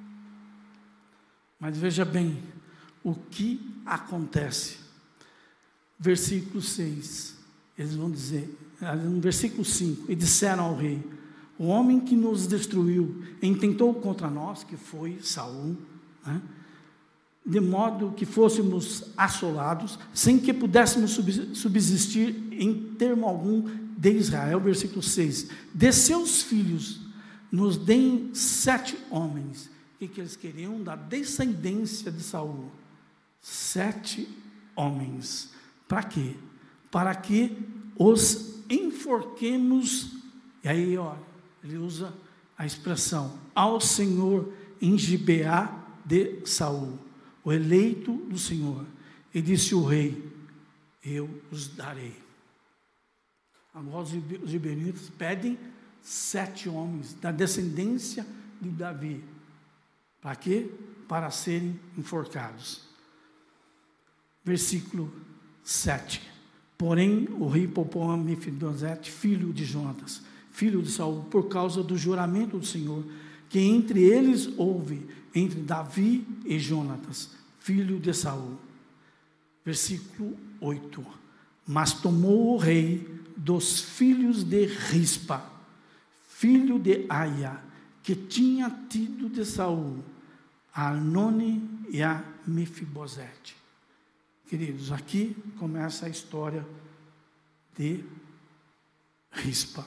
Mas veja bem o que acontece. Versículo seis, eles vão dizer, no versículo cinco, e disseram ao rei, o homem que nos destruiu e intentou contra nós, que foi Saul, né? De modo que fôssemos assolados, sem que pudéssemos subsistir em termo algum de Israel. Versículo seis, de seus filhos nos deem sete homens. O que, que eles queriam? Da descendência de Saul. Sete homens. Para quê? Para que os enforquemos. E aí, olha, ele usa a expressão, ao Senhor em Gibeá de Saul, o eleito do Senhor. E disse o rei, eu os darei. Agora os gibeonitas pedem sete homens da descendência de Davi. Para quê? Para serem enforcados. Versículo sete. Porém, o rei poupou a Mefibosete, filho de Jonatas, filho de Saul, por causa do juramento do Senhor, que entre eles houve, entre Davi e Jonatas, filho de Saul. Versículo oito. Mas tomou o rei dos filhos de Rispa, filho de Aia, que tinha tido de Saul, a Arnone e a Mefibosete. Queridos, aqui começa a história de Rispa.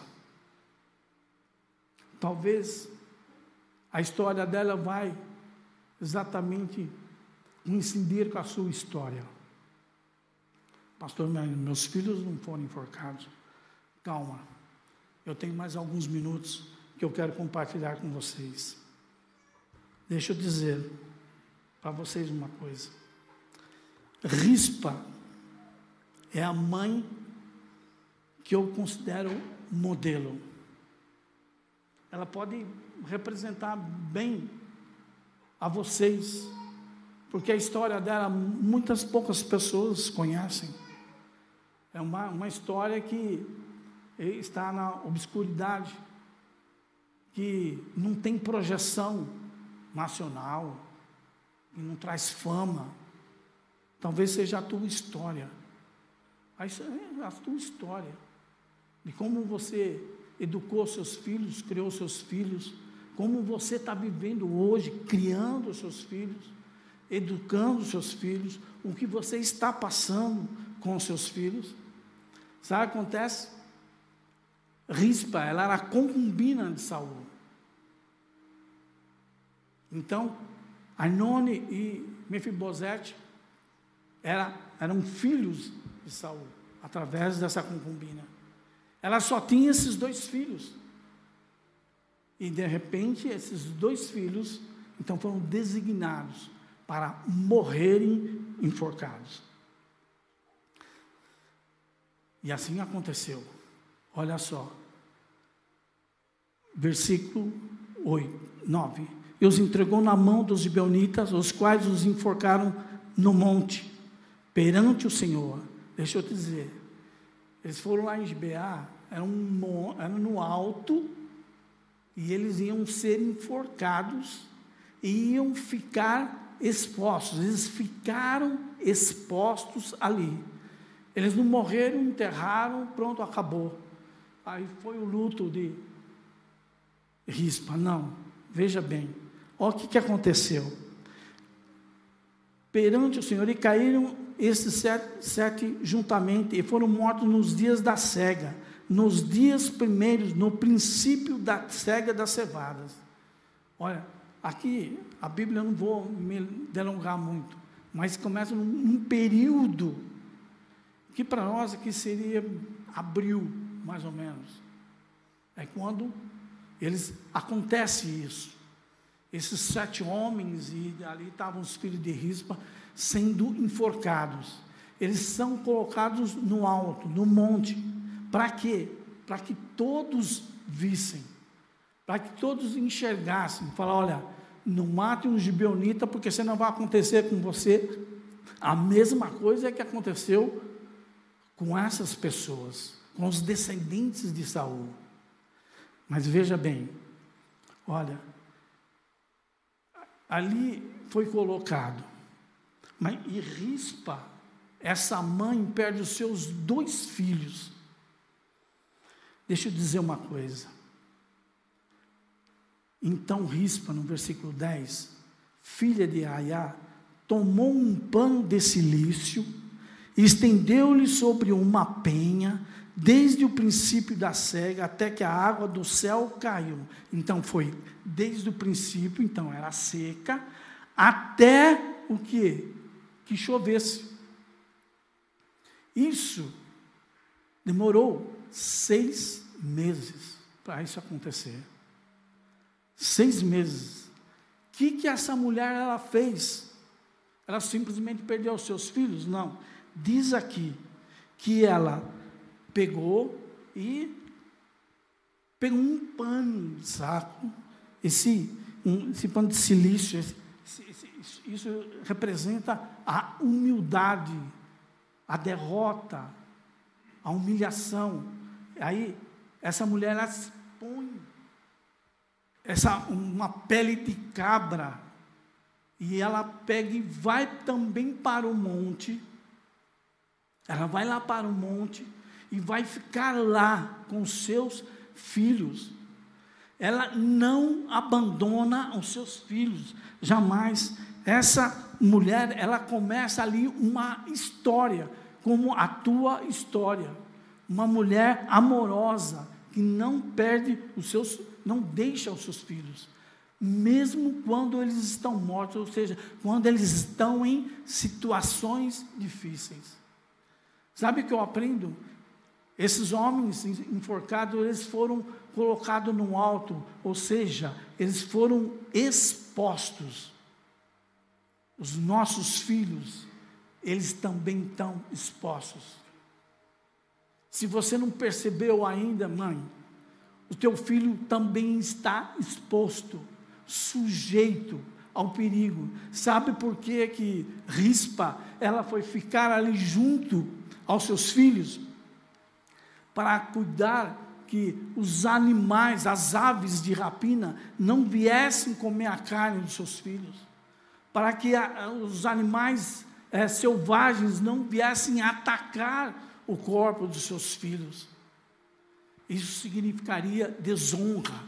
Talvez a história dela vai exatamente coincidir com a sua história. Pastor, meus filhos não foram enforcados. Calma, eu tenho mais alguns minutos que eu quero compartilhar com vocês. Deixa eu dizer para vocês uma coisa. Rispa é a mãe que eu considero modelo. Ela pode representar bem a vocês, porque a história dela muitas poucas pessoas conhecem. É uma, uma história que está na obscuridade, que não tem projeção nacional, que não traz fama. Talvez seja a tua história, a tua história, de como você educou seus filhos, criou seus filhos, como você está vivendo hoje, criando os seus filhos, educando os seus filhos, o que você está passando com os seus filhos. Sabe o que acontece? Rispa, ela era a concubina de Saul. Então, Arnone e Mefibosete era, eram filhos de Saul, através dessa concubina. Ela só tinha esses dois filhos. E, de repente, esses dois filhos, então, foram designados para morrerem enforcados. E assim aconteceu. Olha só. Versículo oito. nove. E os entregou na mão dos gibeonitas, os quais os enforcaram no monte, perante o Senhor. Deixa eu te dizer, eles foram lá em Gibeá, era, um, era no alto, e eles iam ser enforcados, e iam ficar expostos, eles ficaram expostos ali. Eles não morreram, enterraram, pronto, acabou. Aí foi o luto de Rispa, não, veja bem, olha o que, que aconteceu. Perante o Senhor, e caíram esses sete, sete juntamente, e foram mortos nos dias da cega, nos dias primeiros, no princípio da cega das cevadas. Olha, aqui, a Bíblia, eu não vou me delongar muito, mas começa num, num período, que para nós aqui seria abril, mais ou menos. É quando eles, acontece isso. Esses sete homens, e ali estavam os filhos de Rispa, sendo enforcados. Eles são colocados no alto, no monte. Para quê? Para que todos vissem. Para que todos enxergassem. Falar, olha, não mate um gibeonita, porque senão vai acontecer com você a mesma coisa que aconteceu com essas pessoas, com os descendentes de Saul. Mas veja bem, olha, ali foi colocado, mas e Rispa, essa mãe perde os seus dois filhos. Deixa eu dizer uma coisa. Então Rispa, no versículo dez, filha de Aiá, tomou um pano de cilício, estendeu-lhe sobre uma penha, desde o princípio da cega até que a água do céu caiu. Então foi desde o princípio, então era seca, até o que? Que chovesse. Isso demorou seis meses para isso acontecer. Seis meses. O que, que essa mulher ela fez? Ela simplesmente perdeu os seus filhos? Não. Diz aqui que ela pegou e pegou um pano de saco, esse, um, esse pano de silício, esse, esse, isso representa a humildade, a derrota, a humilhação. Aí, essa mulher, ela se põe essa, uma pele de cabra, e ela pega e vai também para o monte, ela vai lá para o monte, e vai ficar lá com seus filhos. Ela não abandona os seus filhos, jamais. Essa mulher, ela começa ali uma história, como a tua história. Uma mulher amorosa, que não perde os seus, não deixa os seus filhos, mesmo quando eles estão mortos, ou seja, quando eles estão em situações difíceis. Sabe o que eu aprendo? Esses homens enforcados, eles foram colocados no alto, ou seja, eles foram expostos. Os nossos filhos, eles também estão expostos. Se você não percebeu ainda, mãe, o teu filho também está exposto, sujeito ao perigo. Sabe por que que Rispa, ela foi ficar ali junto aos seus filhos? Para cuidar que os animais, as aves de rapina, não viessem comer a carne dos seus filhos, para que a, os animais é, selvagens não viessem atacar o corpo dos seus filhos. Isso significaria desonra.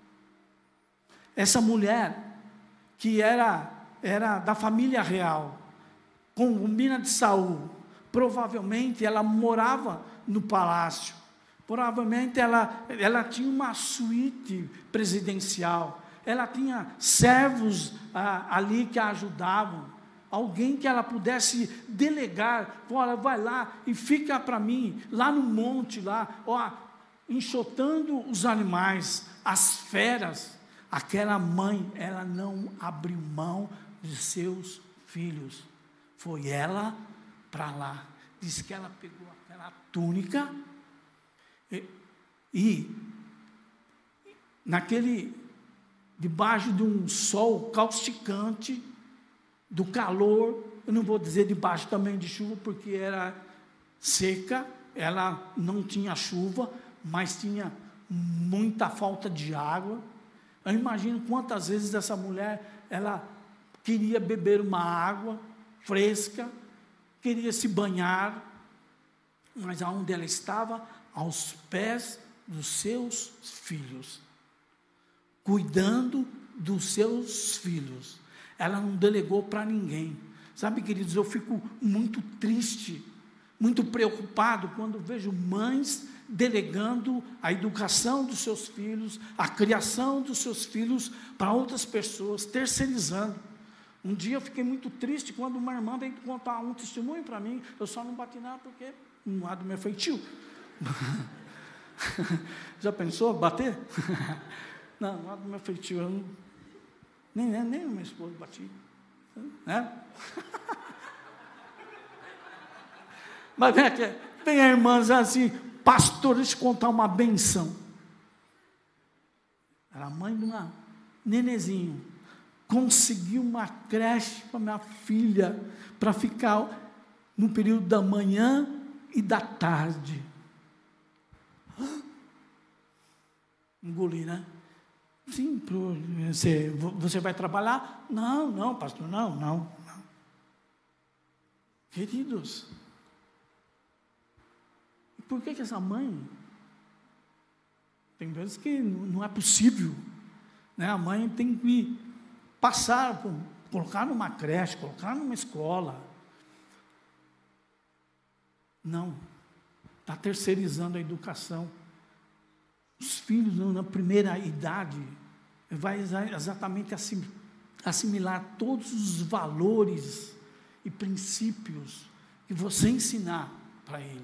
Essa mulher, que era, era da família real, concubina de Saul, provavelmente ela morava no palácio, provavelmente ela, ela tinha uma suíte presidencial, ela tinha servos ah, ali que a ajudavam, alguém que ela pudesse delegar, olha, vai lá e fica para mim, lá no monte, lá, ó, enxotando os animais, as feras. Aquela mãe, ela não abriu mão de seus filhos, foi ela para lá. Diz que ela pegou aquela túnica e, e naquele debaixo de um sol causticante, do calor, eu não vou dizer debaixo também de chuva, porque era seca, ela não tinha chuva, mas tinha muita falta de água. Eu imagino quantas vezes essa mulher, ela queria beber uma água fresca, queria se banhar, mas aonde ela estava? Aos pés dos seus filhos, cuidando dos seus filhos. Ela não delegou para ninguém. Sabe, queridos, eu fico muito triste, muito preocupado quando vejo mães delegando a educação dos seus filhos, a criação dos seus filhos para outras pessoas, terceirizando. Um dia eu fiquei muito triste quando uma irmã veio contar um testemunho para mim. Eu só não bati nada porque não há do meu feitio. Já pensou bater? Não, não há do meu feitio. Eu não, nem, nem, nem o meu esposo bati. Né? Mas vem aqui, vem a irmã assim, pastor, deixa eu contar uma benção. Era mãe de uma nenezinho. Conseguiu uma creche para minha filha, para ficar no período da manhã e da tarde. Engoli, né? Sim, pro, você, você vai trabalhar? Não, não, pastor, não, não, não. Queridos, por que que essa mãe, tem vezes que não é possível, né? A mãe tem que passar, colocar numa creche, colocar numa escola. Não, está terceirizando a educação. Os filhos, na primeira idade, vai exatamente assimilar todos os valores e princípios que você ensinar para ele.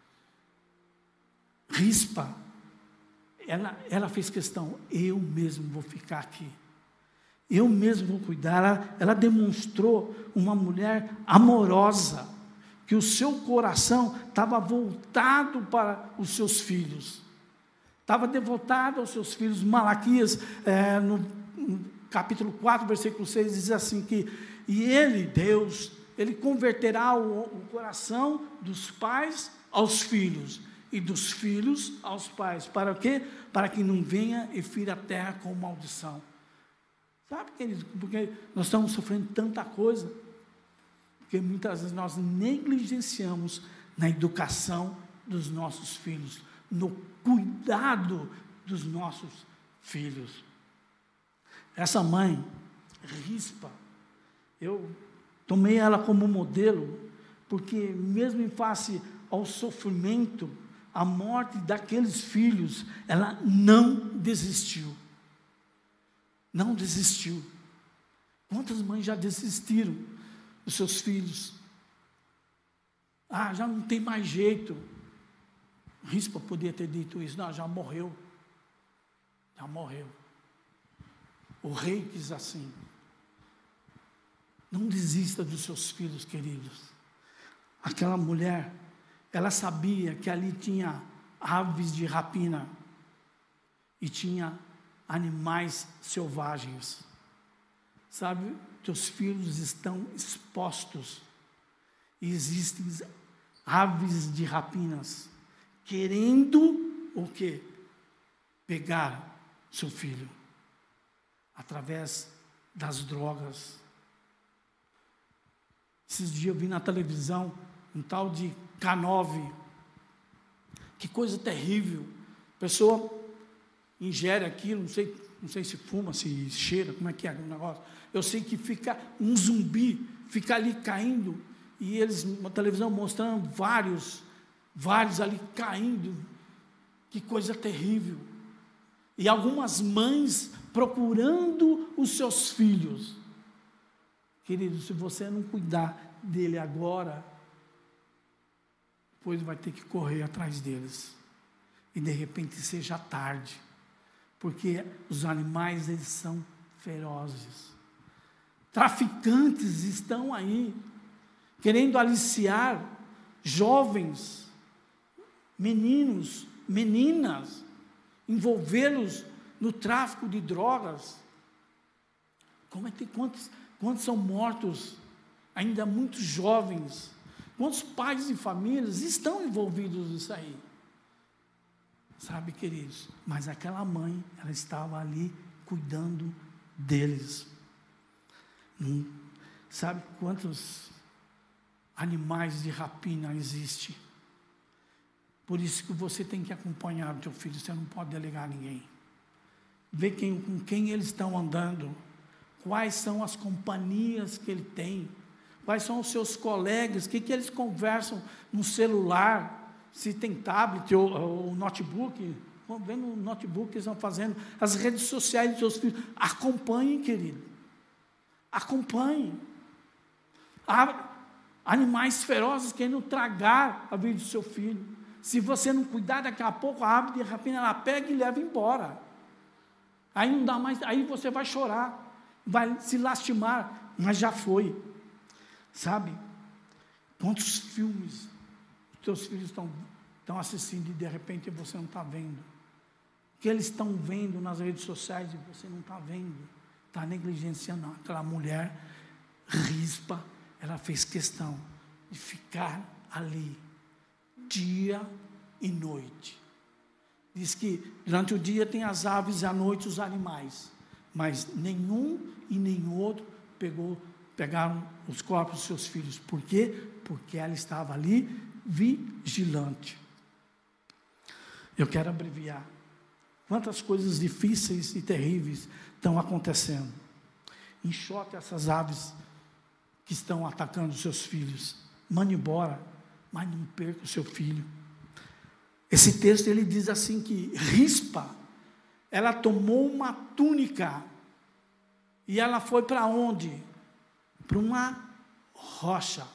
Rispa, ela, ela fez questão, eu mesmo vou ficar aqui. Eu mesmo vou cuidar. Ela, ela demonstrou uma mulher amorosa, que o seu coração estava voltado para os seus filhos. Estava devotado aos seus filhos. Malaquias, é, no, no capítulo quatro, versículo seis, diz assim que, e ele, Deus, ele converterá o, o coração dos pais aos filhos, e dos filhos aos pais. Para quê? Para que não venha e fira a terra com maldição. Sabe, queridos, porque nós estamos sofrendo tanta coisa, porque muitas vezes nós negligenciamos na educação dos nossos filhos, no cuidado dos nossos filhos. Essa mãe, Rispa, eu tomei ela como modelo, porque mesmo em face ao sofrimento, a morte daqueles filhos, ela não desistiu. Não desistiu. Quantas mães já desistiram dos seus filhos? Ah, já não tem mais jeito. Rispa podia ter dito isso. Não, já morreu. Já morreu. O rei quis assim. Não desista dos seus filhos, queridos. Aquela mulher, ela sabia que ali tinha aves de rapina e tinha animais selvagens. Sabe, teus filhos estão expostos e existem aves de rapinas querendo o quê? Pegar seu filho através das drogas. Esses dias eu vi na televisão um tal de K nove. Que coisa terrível. A pessoa ingere aquilo, não sei, não sei se fuma, se cheira, como é que é o negócio. Eu sei que fica um zumbi, fica ali caindo, e eles na televisão mostrando vários, vários ali caindo. Que coisa terrível. E algumas mães procurando os seus filhos. Querido, se você não cuidar dele agora, depois vai ter que correr atrás deles. E de repente seja tarde. Porque os animais, eles são ferozes. Traficantes estão aí, querendo aliciar jovens, meninos, meninas, envolvê-los no tráfico de drogas. Como é que quantos, quantos são mortos, ainda muito jovens? Quantos pais e famílias estão envolvidos nisso aí? Sabe, queridos? Mas aquela mãe, ela estava ali cuidando deles. Hum, sabe quantos animais de rapina existem? Por isso que você tem que acompanhar o teu filho, você não pode delegar a ninguém. Ver quem, com quem eles estão andando, quais são as companhias que ele tem, quais são os seus colegas, o que, que eles conversam no celular, se tem tablet ou, ou notebook, vamos ver no notebook que eles estão fazendo, as redes sociais dos seus filhos. Acompanhem, querido, acompanhem. Há animais ferozes querendo tragar a vida do seu filho. Se você não cuidar, daqui a pouco a ave de rapina, ela pega e leva embora. Aí não dá mais, aí você vai chorar, vai se lastimar, mas já foi. Sabe? Quantos filmes os teus filhos estão, estão assistindo e de repente você não está vendo? O que eles estão vendo nas redes sociais e você não está vendo? Está negligenciando. Aquela mulher Rispa, ela fez questão de ficar ali, dia e noite. Diz que durante o dia tem as aves e à noite os animais, mas nenhum e nem outro pegou, pegaram os corpos dos seus filhos. Por quê? Porque ela estava ali vigilante. Eu quero abreviar. Quantas coisas difíceis e terríveis estão acontecendo. Enxote essas aves que estão atacando os seus filhos. Mande embora, mas não perca o seu filho. Esse texto ele diz assim que Rispa, ela tomou uma túnica e ela foi para onde? Para uma rocha.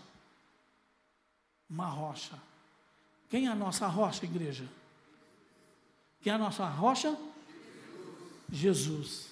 Uma rocha. Quem é a nossa rocha, igreja? Quem é a nossa rocha? Jesus.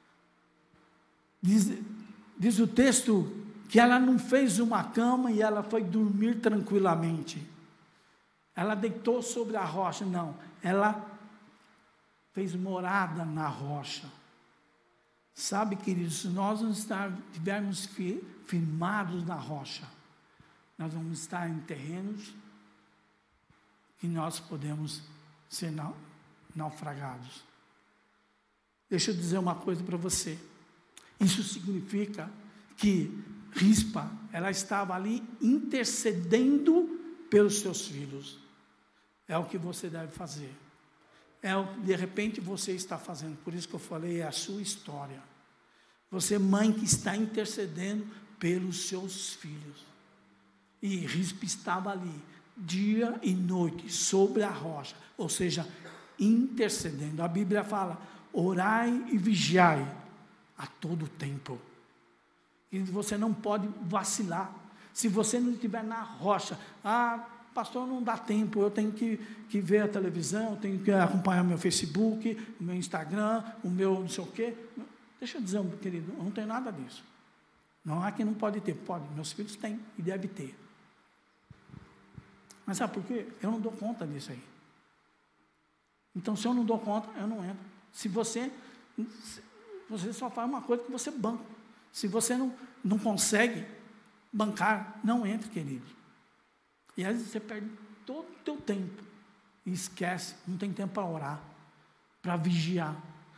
Diz, diz o texto que ela não fez uma cama e ela foi dormir tranquilamente. Ela deitou sobre a rocha, não. Ela fez morada na rocha. Sabe, queridos, se nós não estivermos firmados na rocha, nós vamos estar em terrenos que nós podemos ser naufragados. Deixa eu dizer uma coisa para você. Isso significa que Rispa, ela estava ali intercedendo pelos seus filhos. É o que você deve fazer. É o que de repente você está fazendo. Por isso que eu falei, é a sua história. Você, mãe, que está intercedendo pelos seus filhos. E Rispa estava ali, dia e noite, sobre a rocha. Ou seja, intercedendo. A Bíblia fala, orai e vigiai a todo tempo. E você não pode vacilar. Se você não estiver na rocha, ah, pastor, não dá tempo, eu tenho que, que ver a televisão, eu tenho que acompanhar o meu Facebook, o meu Instagram, o meu não sei o quê. Deixa eu dizer, querido, não tem nada disso. Não há quem não pode ter. Pode, meus filhos têm e devem ter. Mas sabe por quê? Eu não dou conta disso aí. Então, se eu não dou conta, eu não entro. Se você, você só faz uma coisa que você banca. Se você não, não consegue bancar, não entre, querido. E às vezes você perde todo o teu tempo e esquece, não tem tempo para orar, para vigiar.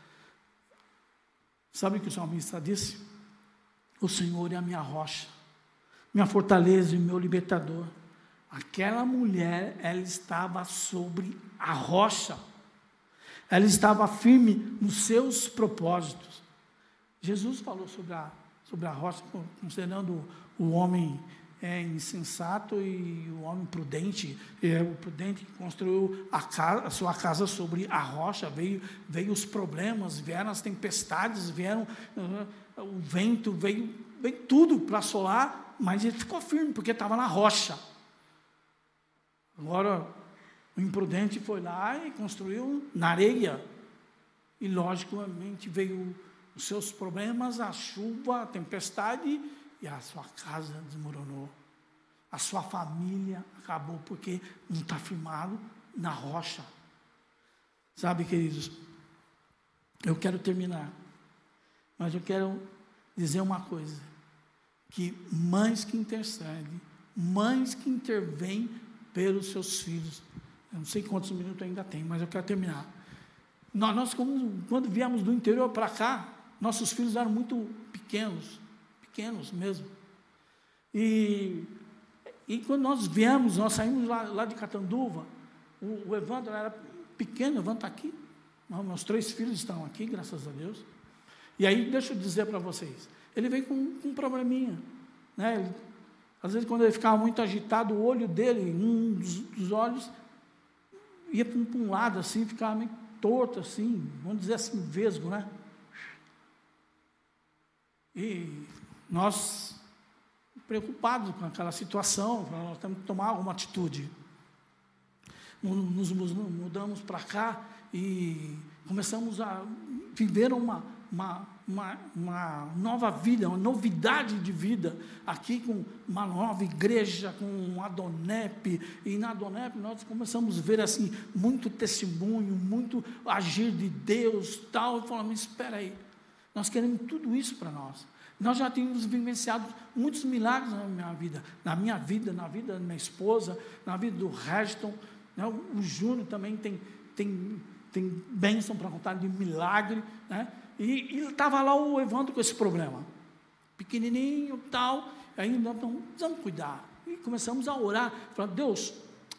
Sabe o que o salmista disse? O Senhor é a minha rocha, minha fortaleza e meu libertador. Aquela mulher, ela estava sobre a rocha. Ela estava firme nos seus propósitos. Jesus falou sobre a, sobre a rocha, considerando o homem é, insensato e o homem prudente. É, o prudente que construiu a, casa, a sua casa sobre a rocha. Veio, veio os problemas, vieram as tempestades, vieram uh, o vento, veio, veio tudo para assolar, mas ele ficou firme, porque estava na rocha. Agora, o imprudente foi lá e construiu na areia. E, logicamente, veio os seus problemas, a chuva, a tempestade, e a sua casa desmoronou. A sua família acabou, porque não está firmado na rocha. Sabe, queridos, eu quero terminar, mas eu quero dizer uma coisa, que mães que intercedem, mães que intervêm pelos seus filhos, eu não sei quantos minutos ainda tem, mas eu quero terminar. Nós, nós como, quando viemos do interior para cá, nossos filhos eram muito pequenos, pequenos mesmo, e, e quando nós viemos, nós saímos lá, lá de Catanduva, o, o Evandro era pequeno, o Evandro está aqui, meus três filhos estão aqui, graças a Deus, e aí deixa eu dizer para vocês, ele veio com, com um probleminha, né? Ele, às vezes quando ele ficava muito agitado, o olho dele, um dos, dos olhos, ia para um, para um lado assim, ficava meio torto assim, vamos dizer assim, vesgo, né? E nós, preocupados com aquela situação, nós temos que tomar alguma atitude. Nos mudamos para cá e começamos a viver uma, uma, uma, uma nova vida, uma novidade de vida, aqui com uma nova igreja, com a Donep, e na Donep nós começamos a ver assim, muito testemunho, muito agir de Deus, tal, e falamos, espera aí, nós queremos tudo isso para nós. Nós já tínhamos vivenciado muitos milagres na minha vida, na minha vida, na vida da minha esposa, na vida do Registon, né? O Júnior também tem, tem, tem bênção para contar de milagre, né? E estava lá o Evandro com esse problema, pequenininho e tal, aí nós precisamos cuidar, e começamos a orar, falando, Deus,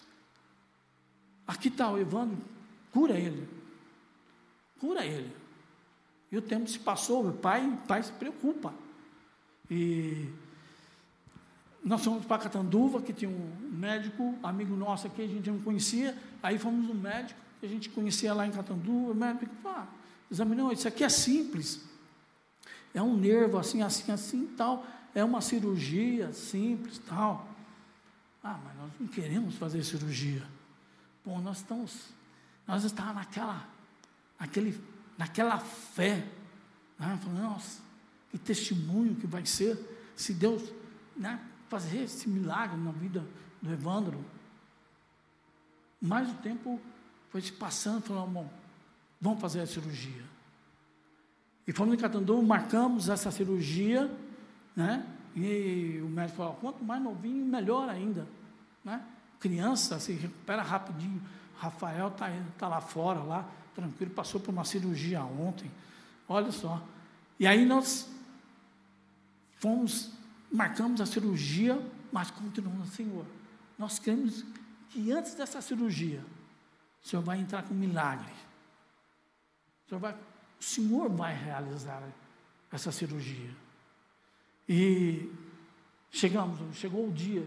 aqui está o Evandro, cura ele, cura ele, e o tempo se passou, o pai, o pai se preocupa, e nós fomos para Catanduva, que tinha um médico, amigo nosso aqui, a gente não conhecia, aí fomos no médico, que a gente conhecia lá em Catanduva, o médico falou, ah, examinou, isso aqui é simples, é um nervo assim, assim, assim, tal, é uma cirurgia simples, tal, ah, mas nós não queremos fazer cirurgia, pô, nós estamos, nós estávamos naquela, naquele, naquela fé, né? Falando, nossa, que testemunho que vai ser, se Deus, né, fazer esse milagre na vida do Evandro, mas o tempo foi se passando, falando, bom, vamos fazer a cirurgia, e fomos em Catanduva, marcamos essa cirurgia, né, e o médico falou, quanto mais novinho, melhor ainda, né, criança se recupera rapidinho, Rafael está tá lá fora, lá, tranquilo, passou por uma cirurgia ontem, olha só, e aí nós fomos, marcamos a cirurgia, mas continuamos, Senhor, nós queremos que antes dessa cirurgia, o Senhor vai entrar com um milagre, o Senhor vai, o Senhor vai realizar essa cirurgia, e chegamos, chegou o dia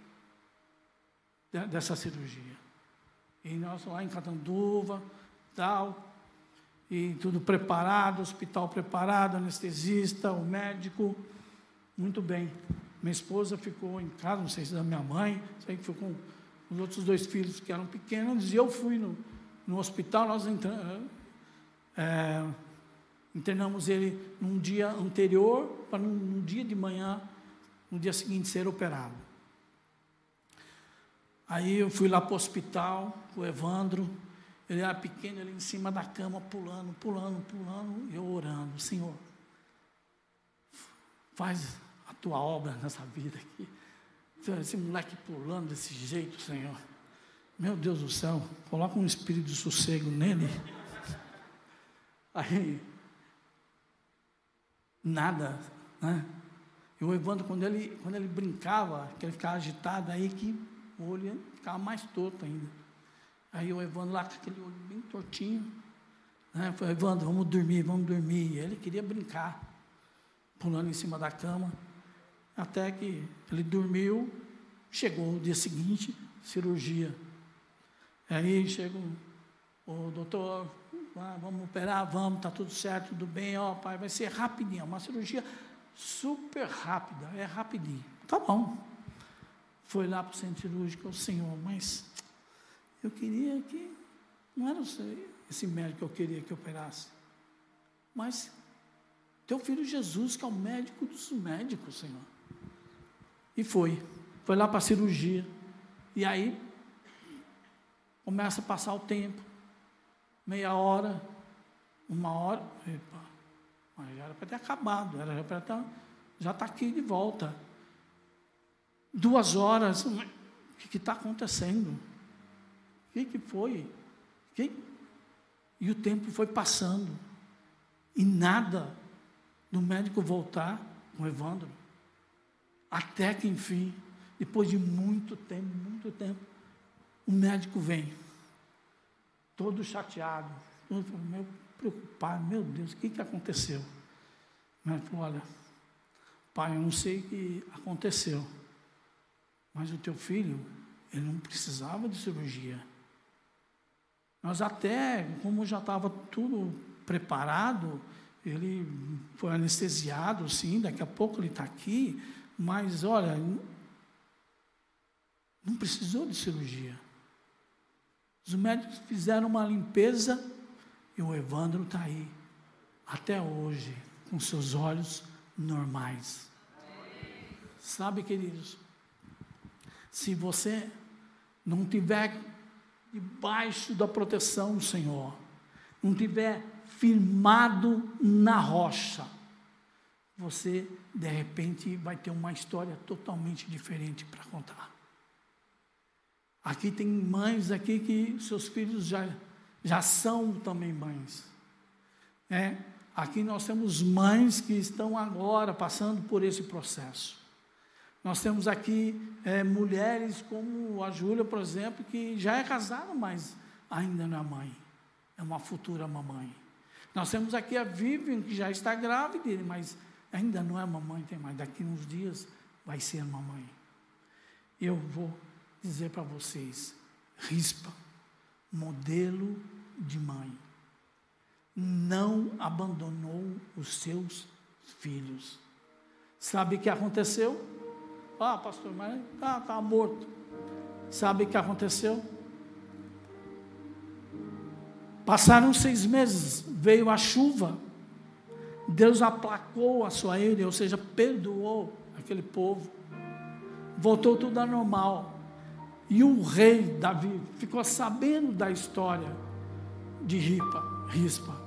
de, dessa cirurgia, e nós lá em Catanduva, tal, e tudo preparado, hospital preparado, anestesista, o médico, muito bem. Minha esposa ficou em casa, não sei se da minha mãe, sei que ficou com os outros dois filhos que eram pequenos, e eu fui no, no hospital, nós entramos, é, internamos ele num dia anterior, para num, num dia de manhã, no dia seguinte ser operado. Aí eu fui lá para o hospital, com o Evandro, ele era pequeno, ele em cima da cama, pulando, pulando, pulando, e eu orando, Senhor, faz a tua obra nessa vida aqui, esse moleque pulando desse jeito, Senhor, meu Deus do céu, coloca um espírito de sossego nele, aí, nada, né, e o Evandro, quando ele, quando ele brincava, que ele ficava agitado, aí que o olho ficava mais torto ainda, aí o Evandro lá, com aquele olho bem tortinho, né, falei, Evandro, vamos dormir, vamos dormir, e ele queria brincar, pulando em cima da cama, até que ele dormiu, chegou o dia seguinte, cirurgia, aí chega o, o doutor, ah, vamos operar, vamos, está tudo certo, tudo bem, ó, pai, vai ser rapidinho, uma cirurgia super rápida, é rapidinho, tá bom, foi lá para o centro cirúrgico, o Senhor, mas eu queria que, não era esse médico que eu queria que operasse, mas teu filho Jesus, que é o médico dos médicos, Senhor. E foi, foi lá para a cirurgia, e aí, começa a passar o tempo, meia hora, uma hora, epa, Mas já era para ter acabado, era para estar, já está aqui de volta. Duas horas, o que está acontecendo? O que, que foi? Que? E o tempo foi passando. E nada do médico voltar com o Evandro. Até que, enfim, depois de muito tempo, muito tempo, o médico vem, todo chateado, todo meio preocupado, meu Deus, o que, que aconteceu? O médico falou, olha, pai, eu não sei o que aconteceu, mas o teu filho, ele não precisava de cirurgia. Nós até, como já estava tudo preparado, ele foi anestesiado, sim, daqui a pouco ele está aqui, mas olha, não precisou de cirurgia. Os médicos fizeram uma limpeza e o Evandro está aí, até hoje, com seus olhos normais. Sabe, queridos, se você não tiver debaixo da proteção do Senhor, não tiver firmado na rocha, você, de repente, vai ter uma história totalmente diferente para contar. Aqui tem mães aqui que seus filhos já, já são também mães. É, aqui nós temos mães que estão agora passando por esse processo. Nós temos aqui é, mulheres como a Júlia, por exemplo, que já é casada, mas ainda não é mãe. É uma futura mamãe. Nós temos aqui a Vivian, que já está grávida, mas ainda não é mamãe, tem mais. Daqui a uns dias vai ser mamãe. Eu vou dizer para vocês, Rispa, modelo de mãe, não abandonou os seus filhos. Sabe o que aconteceu? Ah, pastor, mas está tá morto. Sabe o que aconteceu? Passaram seis meses, veio a chuva, Deus aplacou a sua ira, ou seja, perdoou aquele povo, voltou tudo ao normal. E o rei Davi ficou sabendo da história de Rispa. Rispa.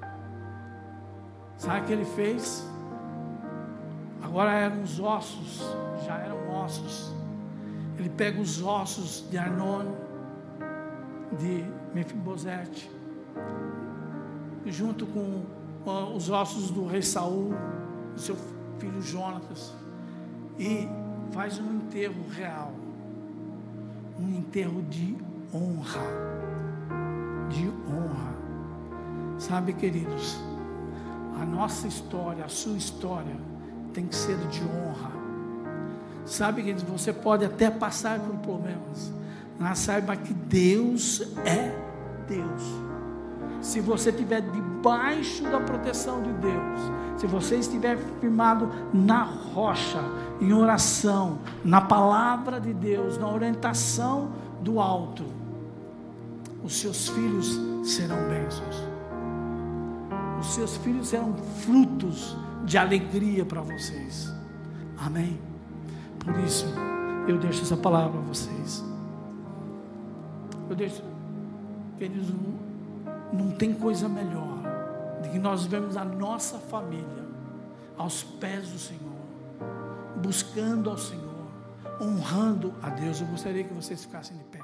Sabe o que ele fez? Agora eram os ossos, já eram ossos. Ele pega os ossos de Arnon, de Mefibosete, junto com uh, os ossos do rei Saul, do seu filho Jonatas, e faz um enterro real, um enterro de honra, de honra. Sabe, queridos, a nossa história, a sua história tem que ser de honra. Sabe, queridos, você pode até passar por problemas, mas saiba que Deus é Deus. Se você estiver debaixo da proteção de Deus, se você estiver firmado na rocha, em oração, na palavra de Deus, na orientação do alto, os seus filhos serão bênçãos. Os seus filhos serão frutos de alegria para vocês. Amém? Por isso, eu deixo essa palavra para vocês. Eu deixo, queridos, não, não tem coisa melhor do que nós vemos a nossa família aos pés do Senhor, buscando ao Senhor, honrando a Deus. Eu gostaria que vocês ficassem de pé.